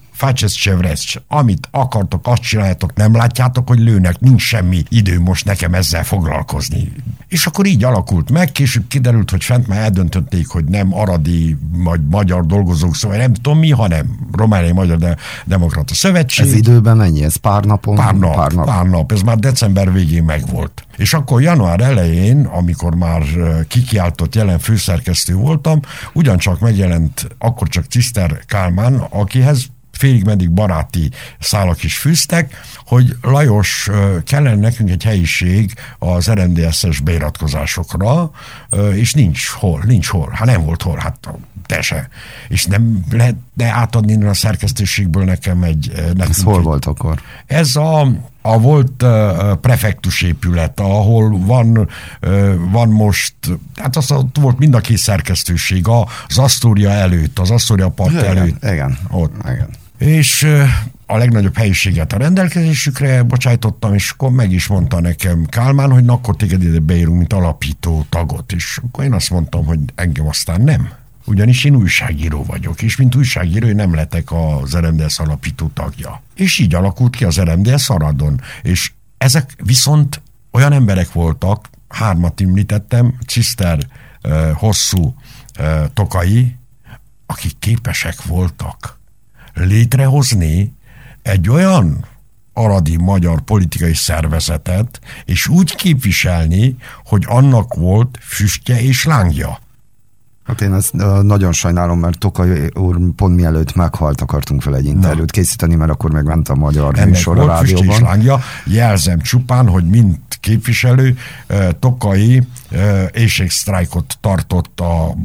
amit akartok, azt csináljátok, nem látjátok, hogy lőnek, nincs semmi idő most nekem ezzel foglalkozni. És akkor így alakult meg, később kiderült, hogy fent már eldöntötték, hogy nem aradi vagy magyar dolgozók, szóval nem tudom mi, hanem Romániai Magyar Demokrata Szövetség. Ez időben mennyi? Ez pár napon? Pár nap. Ez már december végén megvolt. És akkor január elején, amikor már kikiáltott jelen főszerkesztő voltam, ugyancsak megjelent akkor csak Ciszter Kálmán, akihez félig meddig baráti szálak is fűztek, hogy Lajos, kellene nekünk egy helyiség az RMDS-es beiratkozásokra, és nincs hol. Hát nem volt hol, hát te se. És nem lehetne átadni a szerkesztőségből nekem egy... Ez hol volt akkor? Ez a volt prefektus épület, ahol van most, hát az volt mind a két szerkesztőség, az Asztória előtt, az Asztória Park előtt. Igen. Ott. Igen. És a legnagyobb helyiséget a rendelkezésükre bocsájtottam, és akkor meg is mondta nekem Kálmán, hogy na, akkor téged ide beírunk, mint alapító tagot. És akkor én azt mondtam, hogy engem aztán nem. Ugyanis én újságíró vagyok, és mint újságíró én nem lettek az RMDSZ alapító tagja. És így alakult ki az RMDSZ Aradon. És ezek viszont olyan emberek voltak, 3 említettem, Cziszter, Hosszú, Tokai, akik képesek voltak létrehozni egy olyan aradi magyar politikai szervezetet, és úgy képviselni, hogy annak volt füstje és lángja. Hát én ezt nagyon sajnálom, mert Tokaj úr pont mielőtt meghalt akartunk fel egy interjút készíteni, mert akkor még ment a magyar műsor a rádióban. Ennek lángja. Jelzem csupán, hogy mint képviselő Tokai éhségsztrájkot tartott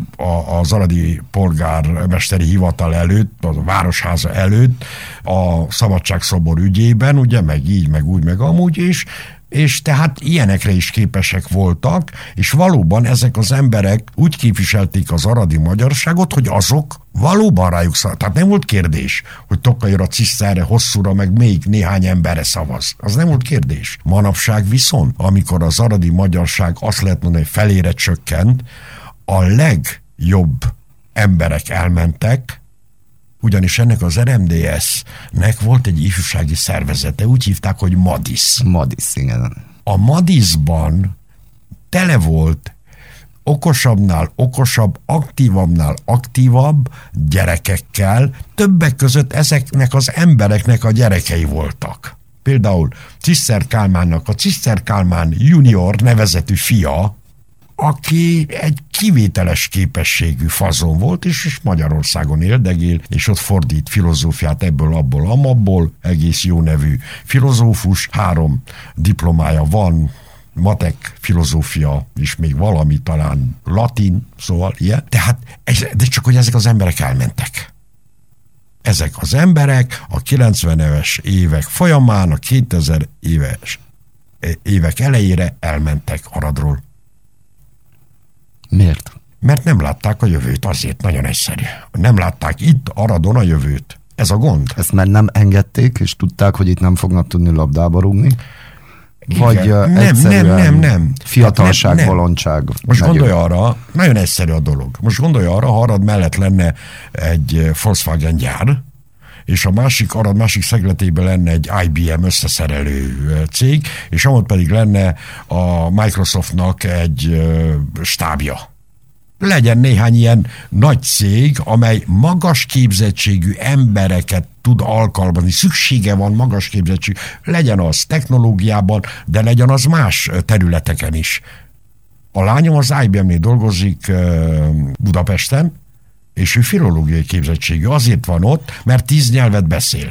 az aradi polgármesteri hivatal előtt, a városháza előtt, a szabadságszobor ügyében, ugye, meg így, meg úgy, meg amúgy, és tehát ilyenekre is képesek voltak, és valóban ezek az emberek úgy képviselték az aradi magyarságot, hogy azok valóban rájuk szavaz. Tehát nem volt kérdés, hogy Tokaira, Cziszterre, Hosszúra, meg még néhány emberre szavaz. Az nem volt kérdés. Manapság viszont, amikor az aradi magyarság azt lehet mondani, hogy felére csökkent, a legjobb emberek elmentek, ugyanis ennek az RMDSZ-nek volt egy ifjúsági szervezete, úgy hívták, hogy Madisz. Madisz, igen. A Madiszban tele volt okosabbnál okosabb, aktívabbnál aktívabb gyerekekkel, többek között ezeknek az embereknek a gyerekei voltak. Például Cziszter Kálmánnak a Cziszter Kálmán junior nevezetű fia, aki egy kivételes képességű fazon volt, és Magyarországon éldegél, és ott fordít filozófiát ebből, abból, amabból, egész jó nevű filozófus, 3 diplomája van, matek, filozófia, és még valami, talán latin, szóval ilyen. Tehát, de csak hogy ezek az emberek elmentek. Ezek az emberek a 90-es évek folyamán, a 2000 éves évek elejére elmentek Aradról. Miért? Mert nem látták a jövőt, azért nagyon egyszerű. Nem látták itt Aradon a jövőt. Ez a gond. Ezt már nem engedték, és tudták, hogy itt nem fognak tudni labdába rúgni? Vagy nem. Fiatalság, bolondság. Most gondolj arra, nagyon egyszerű a dolog. Most gondolj arra, Arad mellett lenne egy Volkswagen gyár, és a Arad másik szegletében lenne egy IBM összeszerelő cég, és amott pedig lenne a Microsoftnak egy stábja. Legyen néhány ilyen nagy cég, amely magas képzettségű embereket tud alkalmazni, szüksége van magas képzettség, legyen az technológiában, de legyen az más területeken is. A lányom az IBM-nél dolgozik Budapesten, és ő filológiai képzettségű. Azért van ott, mert 10 nyelvet beszél.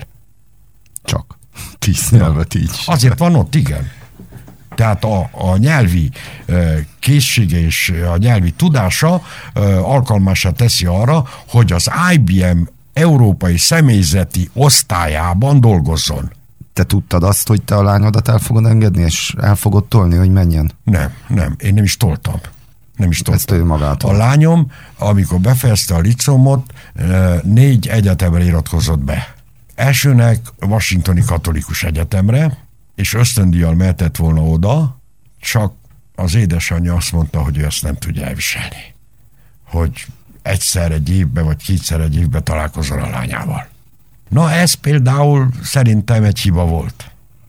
Csak 10 nyelvet így. Azért van ott, igen. Tehát a nyelvi készsége és a nyelvi tudása alkalmassá teszi arra, hogy az IBM európai személyzeti osztályában dolgozzon. Te tudtad azt, hogy te a lányodat el fogod engedni, és el fogod tolni, hogy menjen? Nem. Én nem is toltam. Ezt ő magától. A lányom, amikor befejezte a licomot, 4 egyetemre iratkozott be. Elsőnek Washingtoni Katolikus Egyetemre, és ösztöndíjjal mehetett volna oda, csak az édesanyja azt mondta, hogy ő ezt nem tudja elviselni. Hogy egyszer egy évben, vagy 2-szer egy évben találkozol a lányával. Na, ez például szerintem egy hiba volt.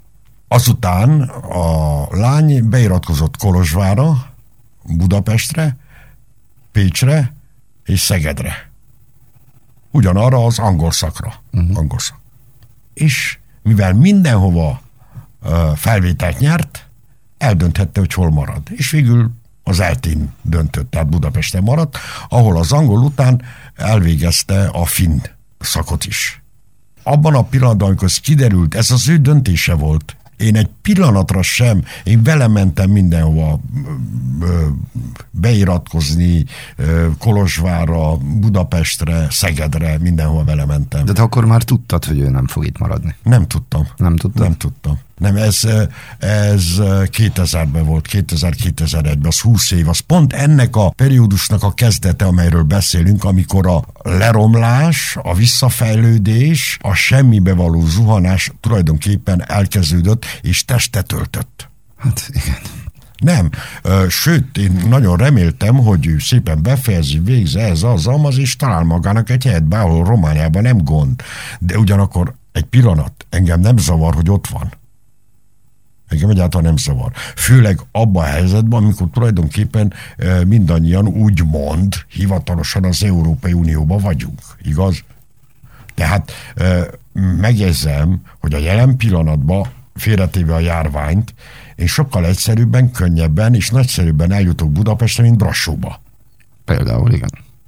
Azután a lány beiratkozott Kolozsvárra, Budapestre, Pécsre és Szegedre. Ugyanarra az angol szakra. Angol szak. És mivel mindenhova felvételt nyert, eldönthette, hogy hol marad. És végül az ELTE-n döntött, tehát Budapesten maradt, ahol az angol után elvégezte a finn szakot is. Abban a pillanatban, amikor ez kiderült, ez az ő döntése volt. Én egy pillanatra sem, én vele mentem mindenhova beiratkozni, Kolozsvárra, Budapestre, Szegedre, mindenhova vele mentem. De te akkor már tudtad, hogy ő nem fog itt maradni? Nem tudtam. Nem tudtad? Nem tudtam. Nem, ez 2000-ben volt, 2000-2001-ben, az 20 év, az pont ennek a periódusnak a kezdete, amelyről beszélünk, amikor a leromlás, a visszafejlődés, a semmibe való zuhanás tulajdonképpen elkezdődött és testet öltött. Hát igen. Nem, sőt, én nagyon reméltem, hogy ő szépen befejezi, végzi ez, az, és talál magának egy helyet, bárhol Romániában, nem gond. De ugyanakkor egy pillanat, engem nem zavar, hogy ott van. Engem egyáltalán nem zavar. Főleg abban a helyzetben, amikor tulajdonképpen mindannyian úgymond hivatalosan az Európai Unióban vagyunk. Igaz? Tehát megjegyzem, hogy a jelen pillanatban, félretéve a járványt, én sokkal egyszerűbben, könnyebben és nagyszerűbben eljutok Budapestre, mint Brassóba. Például, igen.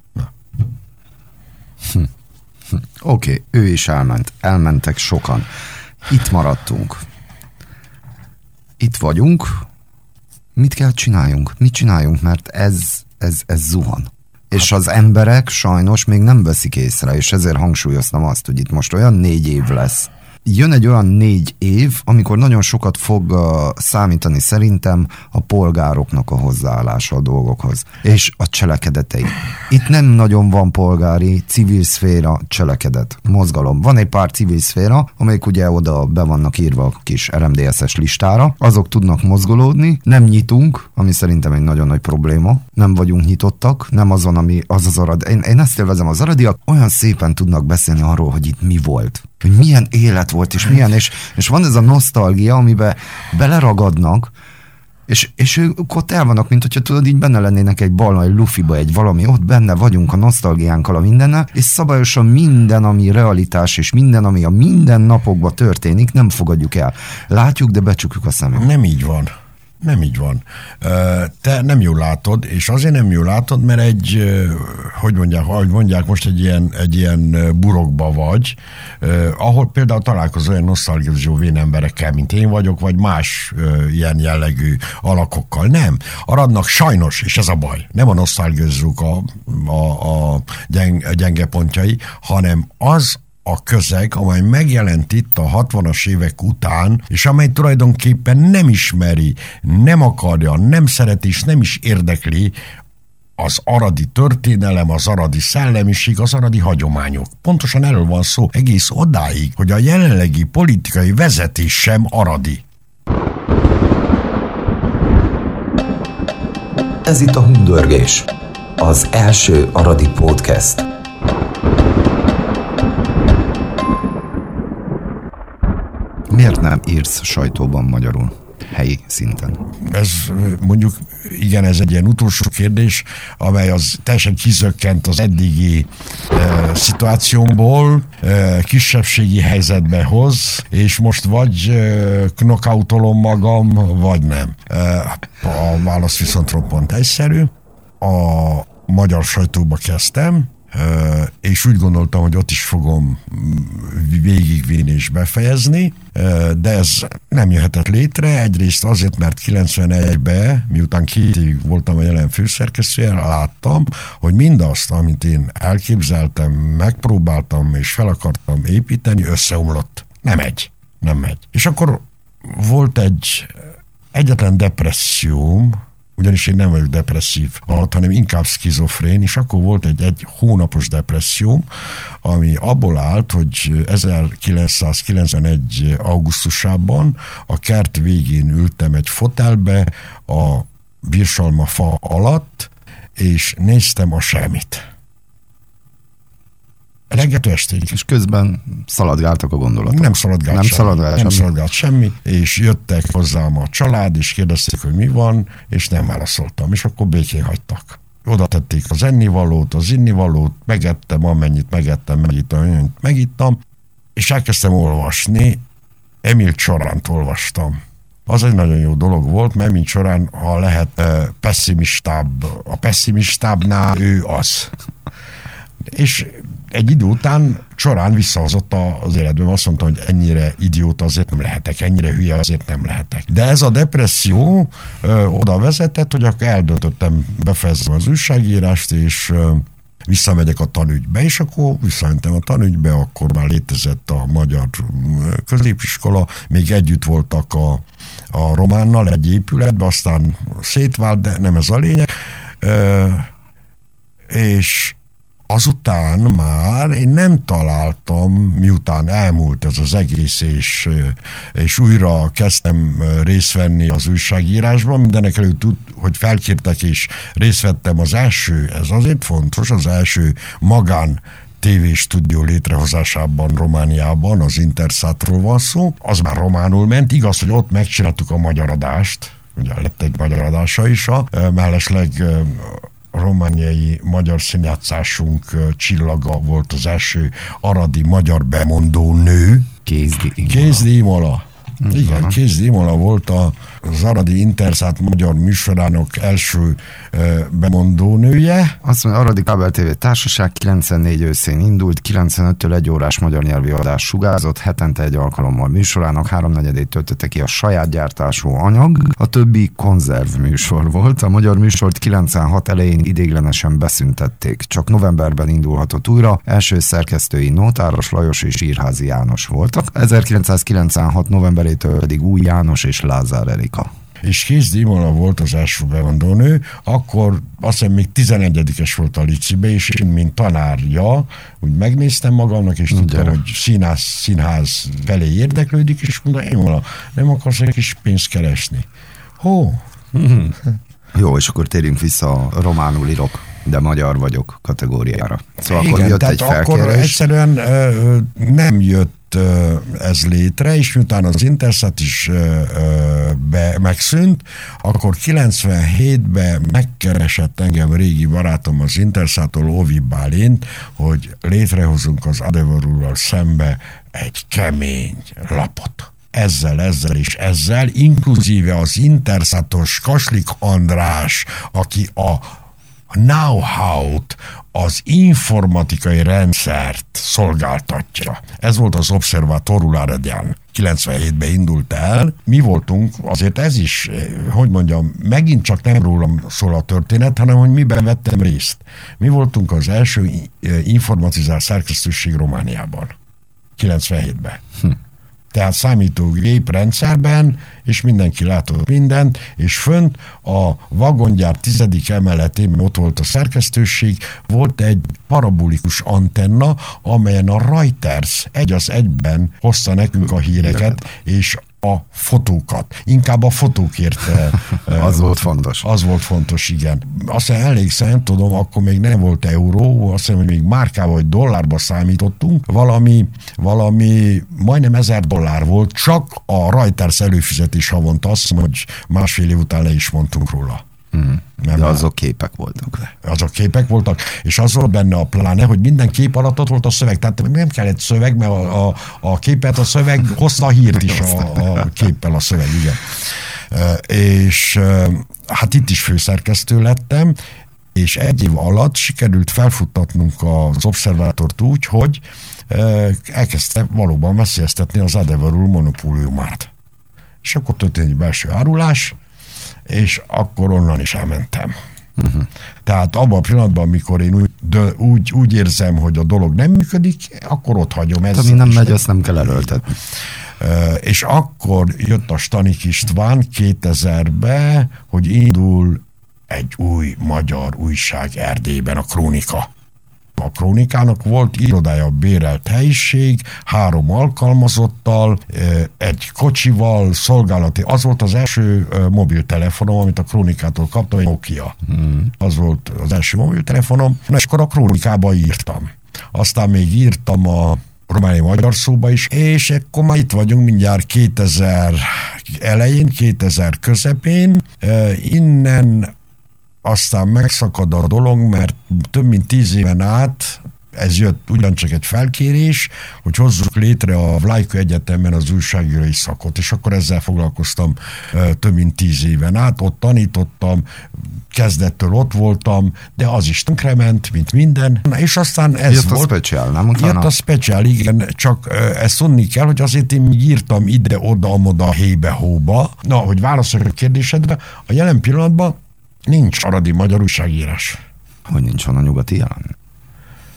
Oké, ő is elment. Elmentek sokan. Itt maradtunk. Itt vagyunk. Mit kell csináljunk? Mit csináljunk? Mert ez zuhan. És az emberek sajnos még nem veszik észre, és ezért hangsúlyoztam azt, hogy itt most olyan 4 év lesz. Jön egy olyan 4 év, amikor nagyon sokat fog számítani szerintem a polgároknak a hozzáállása a dolgokhoz, és a cselekedetei. Itt nem nagyon van polgári, civil szféra, cselekedet, mozgalom. Van egy pár civil szféra, amelyik ugye oda be vannak írva a kis RMDSZ-es listára, azok tudnak mozgolódni, nem nyitunk, ami szerintem egy nagyon nagy probléma, nem vagyunk nyitottak, nem azon, ami az arad. Én ezt élvezem, az aradiak olyan szépen tudnak beszélni arról, hogy itt mi volt, hogy milyen élet volt, és milyen, és van ez a nosztalgia, amiben beleragadnak, és ők ott el vannak, mint hogyha tudod, így benne lennének egy balon, egy lufiba, egy valami, ott benne vagyunk a nosztalgiánkkal a mindennel, és szabályosan minden, ami realitás, és minden, ami a minden napokban történik, nem fogadjuk el. Látjuk, de becsukjuk a szemünk. Nem így van. Nem így van. Te nem jól látod, és azért nem jól látod, mert hogy mondják, most egy ilyen burokba vagy, ahol például találkozol olyan nosztalgiazó vén emberekkel, mint én vagyok, vagy más ilyen jellegű alakokkal. Nem. Aradnak sajnos, és ez a baj, nem a nosztalgiazók a gyenge pontjai, hanem az a közeg, amely megjelent itt a 60-as évek után, és amely tulajdonképpen nem ismeri, nem akarja, nem szereti, és nem is érdekli az aradi történelem, az aradi szellemiség, az aradi hagyományok. Pontosan erről van szó egész odáig, hogy a jelenlegi politikai vezetés sem aradi. Ez itt a Hundörgés, az első aradi podcast. Miért nem írsz sajtóban magyarul, helyi szinten? Ez mondjuk, igen, ez egy ilyen utolsó kérdés, amely az teljesen kizökkent az eddigi szituációmból, kisebbségi helyzetbe hoz, és most vagy knockoutolom magam, vagy nem. A válasz viszont roppant egyszerű. A magyar sajtóba kezdtem, és úgy gondoltam, hogy ott is fogom végigvinni és befejezni, de ez nem jöhetett létre, egyrészt azért, mert 91-ben, miután 2 évig voltam a jelen főszerkesztője, láttam, hogy mindazt, amit én elképzeltem, megpróbáltam és fel akartam építeni, összeomlott. Nem megy. És akkor volt egyetlen depresszióm, ugyanis én nem vagyok depresszív alatt, hanem inkább szkizofrén, és akkor volt egy hónapos depresszióm, ami abból állt, hogy 1991. augusztusában a kert végén ültem egy fotelbe a virsalmafa alatt, és néztem a semmit. Reggeltől estig. És közben szaladgáltak a gondolatok. Nem szaladgált semmi, és jöttek hozzám a család, és kérdezték, hogy mi van, és nem válaszoltam, és akkor békén hagytak. Oda tették az ennivalót, az innivalót, megettem, amennyit megittam, és elkezdtem olvasni, Émile Czoránt olvastam. Az egy nagyon jó dolog volt, mert mint Csorán, ha lehet pessimistább, a pessimistábbnál ő az. És egy idő után Csorán visszahozott az életben, azt mondta, hogy ennyire idióta azért nem lehetek, ennyire hülye azért nem lehetek. De ez a depresszió oda vezetett, hogy akkor eldöntöttem, befejezem az újságírást, és visszamegyek a tanügybe, és akkor visszamentem a tanügybe, akkor már létezett a magyar középiskola, még együtt voltak a románnal egy épületben, aztán szétvált, de nem ez a lényeg. És azután már én nem találtam, miután elmúlt ez az egész, és újra kezdtem részt venni az újságírásban, mindenek előtt, hogy felkértek és részt vettem az első, ez azért fontos, az első magán tévéstúdió létrehozásában Romániában, az Interszátról van szó, az már románul ment, igaz, hogy ott megcsináltuk a magyar adást, ugye lett egy magyar adása is, mellesleg romániai magyar színjátszásunk Csillaga volt az első aradi magyar bemondó nő. Kézdi Imola. Igen, Kézdi Imola volt az aradi Interszát magyar műsorának első bemondónője. Azt mondja, Aradi Kábel TV Társaság 94 őszén indult, 95-től 1 órás magyar nyelvi adás sugárzott, hetente egy alkalommal műsorának 3/4-ét töltötte ki a saját gyártású anyag, a többi konzerv műsor volt. A magyar műsort 96 elején ideiglenesen beszüntették, csak novemberben indulhatott újra, első szerkesztői Nótáros Lajos és Írházi János voltak, 1996 novemberétől pedig Új János és Lázár Erika. És Kézdi Imola volt az első bemondónő, akkor azt hiszem még 11-es volt a licibe, és én, mint tanárja, úgy megnéztem magamnak, és tudtam, hogy színház felé érdeklődik, és mondta, Imola, nem akarsz egy kis pénzt keresni? Jó, és akkor térjünk vissza a románul írok, de magyar vagyok kategóriára. Szóval igen, akkor jött tehát egy felkérés. Akkor egyszerűen nem jött ez létre, és miután az Interszát is megszűnt, akkor 97-ben megkeresett engem régi barátom az Interszától, Ovi Bálint, hogy létrehozunk az Adevarul-al szembe egy kemény lapot. Ezzel, inkluzíve az Interszátos Kaslik András, aki a know-how-t, az informatikai rendszert szolgáltatja. Ez volt az Observatorul Aradian. 97-ben indult el. Mi voltunk, azért ez is, hogy mondjam, megint csak nem rólam szól a történet, hanem hogy miben vettem részt. Mi voltunk az első informatizált szerkesztőség Romániában. 97-ben. Tehát számítógép rendszerben, és mindenki látott mindent, és fönt a vagongyár 10. emeletén, ott volt a szerkesztőség, volt egy parabolikus antenna, amelyen a Reuters egy az egyben hozta nekünk a híreket, és a fotókat. Inkább a fotókért. Az volt fontos. Az volt fontos, igen. Azt hiszem, elég tudom, akkor még nem volt euró, azt hiszem, hogy még márkába vagy dollárba számítottunk. Valami majdnem $1000 volt, csak a Reuters előfizetés havonta, azt hiszem, hogy másfél év után le is mondtunk róla. De azok képek voltak. Azok képek voltak, és az volt benne a pláne, hogy minden kép alatt ott volt a szöveg, tehát nem kellett szöveg, mert a képet, a szöveg hozta a hírt is a képpel a szöveg, igen. És hát itt is főszerkesztő lettem, és egy év alatt sikerült felfuttatnunk az Observátort úgy, hogy elkezdte valóban veszélyeztetni az Adevarul monopóliumát. És akkor történt egy belső árulás, és akkor onnan is elmentem. Tehát abban a pillanatban, amikor én úgy érzem, hogy a dolog nem működik, akkor ott hagyom. Ami nem megy, azt nem kell erőltetni. És akkor jött a Stanik István 2000-ben, hogy indul egy új magyar újság Erdélyben, a Krónika. A Krónikának volt irodája, bérelt helyiség, 3 alkalmazottal, egy kocsival, szolgálati. Az volt az első mobiltelefonom, amit a Krónikától kaptam, egy Nokia. Az volt az első mobiltelefonom. És akkor a Krónikába írtam. Aztán még írtam a Romániai Magyar Szóba is, és akkor már itt vagyunk mindjárt 2000 elején, 2000 közepén. Innen aztán megszakad a dolog, mert több mint 10 éven át ez jött ugyancsak egy felkérés, hogy hozzuk létre a Vlajka Egyetemen az újságírói szakot, és akkor ezzel foglalkoztam több mint 10 éven át, ott tanítottam, kezdettől ott voltam, de az is tönkrement, mint minden, és aztán ez jött volt. A speciál, nem? Jött a speciál, igen, csak ezt tudni kell, hogy azért én még írtam ide-oda, amoda, hébe-hóba. Na, hogy válaszoljak a kérdésedre, a jelen pillanatban nincs aradi magyar újságírás. Hogy nincs, van a Nyugati Jelen?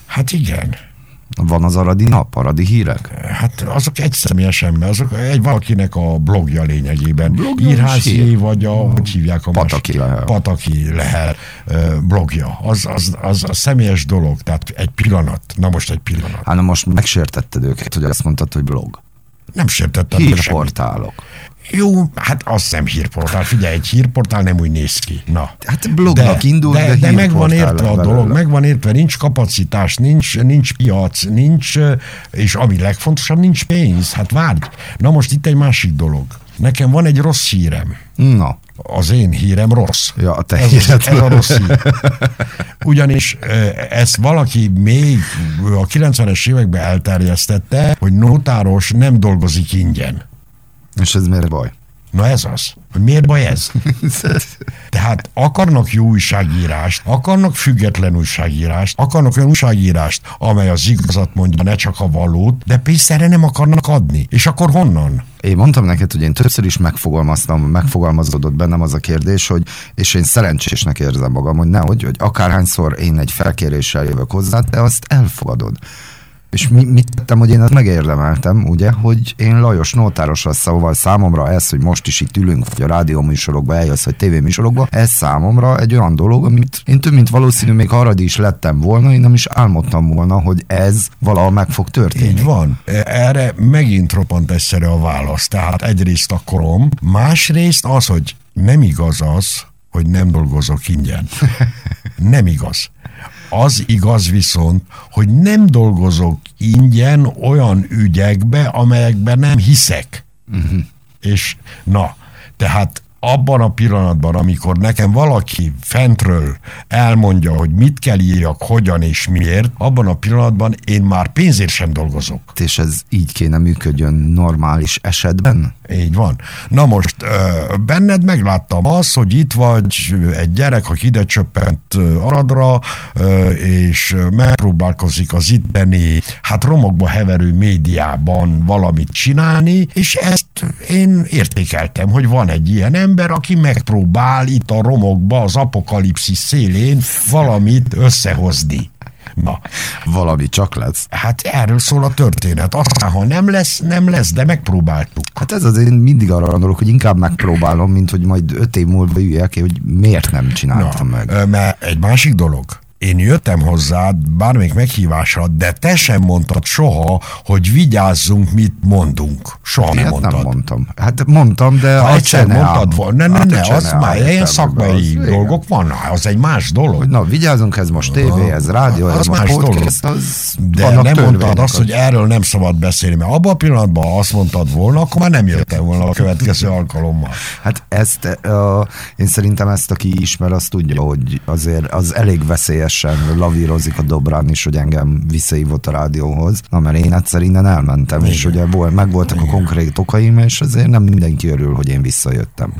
Hát igen. Van az aradi nap, aradi hírek? Hát azok egyszemélyes ember, azok valakinek a blogja lényegében. Blogja Írházi vagy hogy hívják a Pataki Lehel blogja. Az a személyes dolog, tehát egy pillanat. Na most egy pillanat. Hát most megsértetted őket, hogy azt mondtad, hogy blog. Nem sértettem. Hírportálok. Jó, hát az nem hírportál. Figyelj, egy hírportál nem úgy néz ki. Na. Hát blognak indul, de meg van értve a dolog, meg van értve, nincs kapacitás, nincs piac, és ami legfontosabb, nincs pénz. Hát várj. Na most itt egy másik dolog. Nekem van egy rossz hírem. Na. Az én hírem rossz. Ja, a te ez a rossz hír. Ugyanis ezt valaki még a 90-es években elterjesztette, hogy notáros nem dolgozik ingyen. És ez miért baj? Na ez az. Hogy miért baj ez? Tehát akarnak jó újságírást, akarnak független újságírást, akarnak olyan újságírást, amely az igazat mondja, ne csak a valót, de pénzt erre nem akarnak adni. És akkor honnan? Én mondtam neked, hogy én többször is megfogalmazódott bennem az a kérdés, hogy, és én szerencsésnek érzem magam, hogy nehogy, hogy akárhányszor én egy felkéréssel jövök hozzá, te azt elfogadod. És mit tettem, hogy én azt megérdemeltem, ugye, hogy én Lajos nótárosra, szóval számomra ez, hogy most is itt ülünk, vagy a rádióműsorokba eljössz, vagy tévéműsorokba, ez számomra egy olyan dolog, amit én több mint valószínű még haradi is lettem volna, én nem is álmodtam volna, hogy ez valahol meg fog történni. Így van. Erre megint roppant egyszerű a válasz. Tehát egyrészt a korom, másrészt az, hogy nem igaz az, hogy nem dolgozok ingyen. Nem igaz. Az igaz viszont, hogy nem dolgozok ingyen olyan ügyekbe, amelyekben nem hiszek. Uh-huh. És tehát abban a pillanatban, amikor nekem valaki fentről elmondja, hogy mit kell írjak, hogyan és miért, abban a pillanatban én már pénzért sem dolgozok. És ez így kéne működjön normális esetben? Így van. Na most benned megláttam azt, hogy itt vagy egy gyerek, aki ide csöppent Aradra, és megpróbálkozik az itteni, hát romokba heverő médiában valamit csinálni, és ezt én értékeltem, hogy van egy ilyen ember, aki megpróbál itt a romokba, az apokalipszis szélén valamit összehozni. Na. Valami csak lesz. Hát erről szól a történet. Aztán, ha nem lesz, de megpróbáltuk. Hát ez azért mindig arra gondolok, hogy inkább megpróbálom, mint hogy majd 5 év múlva üljek ki, hogy miért nem csináltam meg. Mert egy másik dolog. Én jöttem hozzád bármelyik meghívásra, de te sem mondtad soha, hogy vigyázzunk, mit mondunk. Soha nem mondtad. Nem mondtam. Hát mondtam, de ha egyszer mondtad volna. Ne, az már ilyen szakmai dolgok van, az egy más dolog. Hogy na, vigyázzunk, ez most tévé, ez rádió, ez most podcast, de nem mondtad azt, hogy erről nem szabad beszélni, mert abban a pillanatban azt mondtad volna, akkor már nem jöttem volna a következő alkalommal. Hát ezt, én szerintem ezt, aki ismer, azt tudja, hogy azért az elég veszélyes lavírozik a Dobrán is, hogy engem visszahívott a rádióhoz. Na, mert én egyszer innen elmentem, igen. És ugye megvoltak a konkrét okaim, és azért nem mindenki örül, hogy én visszajöttem.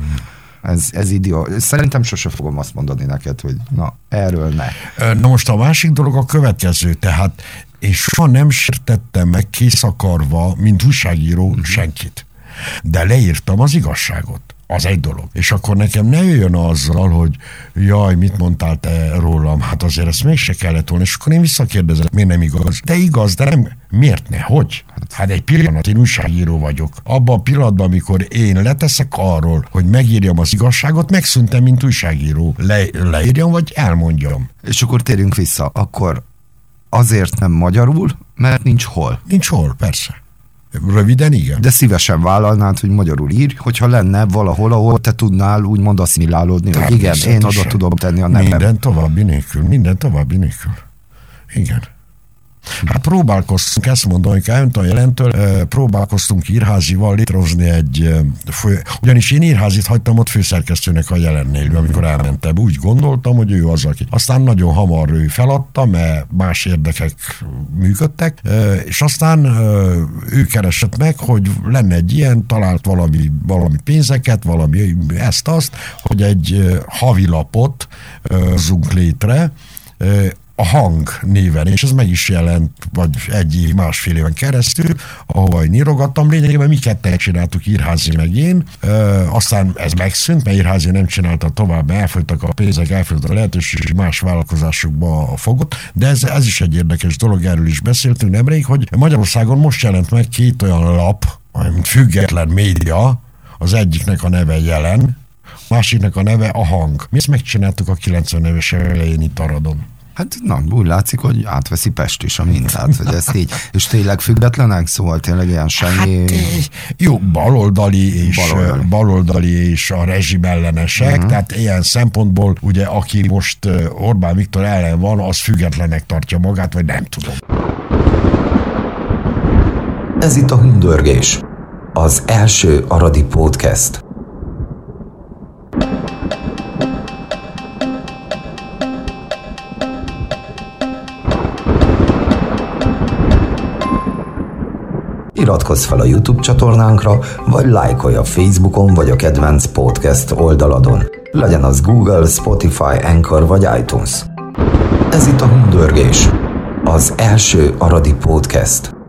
Ez idió. Szerintem sose fogom azt mondani neked, hogy na, erről ne. Na most a másik dolog a következő, tehát én soha nem sértettem meg kész akarva, mint újságíró senkit. De leírtam az igazságot. Az egy dolog. És akkor nekem ne jöjjön azzal, hogy jaj, mit mondtál te rólam, hát azért ezt mégse kellett volna, és akkor én visszakérdezek, miért nem igaz? De igaz, de nem. Miért ne? Hogy? Hát egy pillanat, én újságíró vagyok. Abban a pillanatban, amikor én leteszek arról, hogy megírjam az igazságot, megszűntem, mint újságíró. Leírjam, vagy elmondjam. És akkor térjünk vissza. Akkor azért nem magyarul, mert nincs hol. Nincs hol, persze. Röviden igen. De szívesen vállalnád, hogy magyarul írj, hogyha lenne valahol, ahol te tudnál úgymond asszimilálódni, hogy igen, én oda tudom tenni a nevem. Minden további nélkül. Igen. Hát próbálkoztunk, ezt mondom, hogy eljött a jelentől, próbálkoztunk Írházival létrehozni ugyanis én Írházit hagytam ott főszerkesztőnek a Jelennél, amikor elmentem. Úgy gondoltam, hogy ő az, aki. Aztán nagyon hamar ő feladta, mert más érdekek működtek, és aztán ő keresett meg, hogy lenne egy ilyen, talált valami pénzeket, valami ezt-azt, hogy egy havilapot hozzunk létre, a Hang néven, és ez meg is jelent, vagy másfél éven keresztül, ahova nyírogattam. Lényegében mi ketten csináltuk, Írházi meg én, aztán ez megszűnt, mert Írházi nem csinálta tovább, elfogytak a pénzek, elfogytak a lehetőség, és más vállalkozásokba fogott, de ez is egy érdekes dolog, erről is beszéltünk nemrég, hogy Magyarországon most jelent meg 2 olyan lap, mint független média, az egyiknek a neve Jelen, másiknak a neve a Hang. Mi ezt megcsináltuk a 90-es elején itt Aradon. Hát úgy látszik, hogy átveszi Pest is a mintát, hogy ezt így, és tényleg függetlenek, szóval tényleg ilyen semmi... Hát, jó, baloldali és a rezsimellenesek, tehát ilyen szempontból ugye aki most Orbán Viktor ellen van, az függetlenek tartja magát, vagy nem tudom. Ez itt a Hundörgés, az első aradi podcast. Iratkozz fel a YouTube csatornánkra, vagy lájkolj a Facebookon vagy a kedvenc podcast oldaladon. Legyen az Google, Spotify, Anchor vagy iTunes. Ez itt a Hundörgés, az első aradi podcast.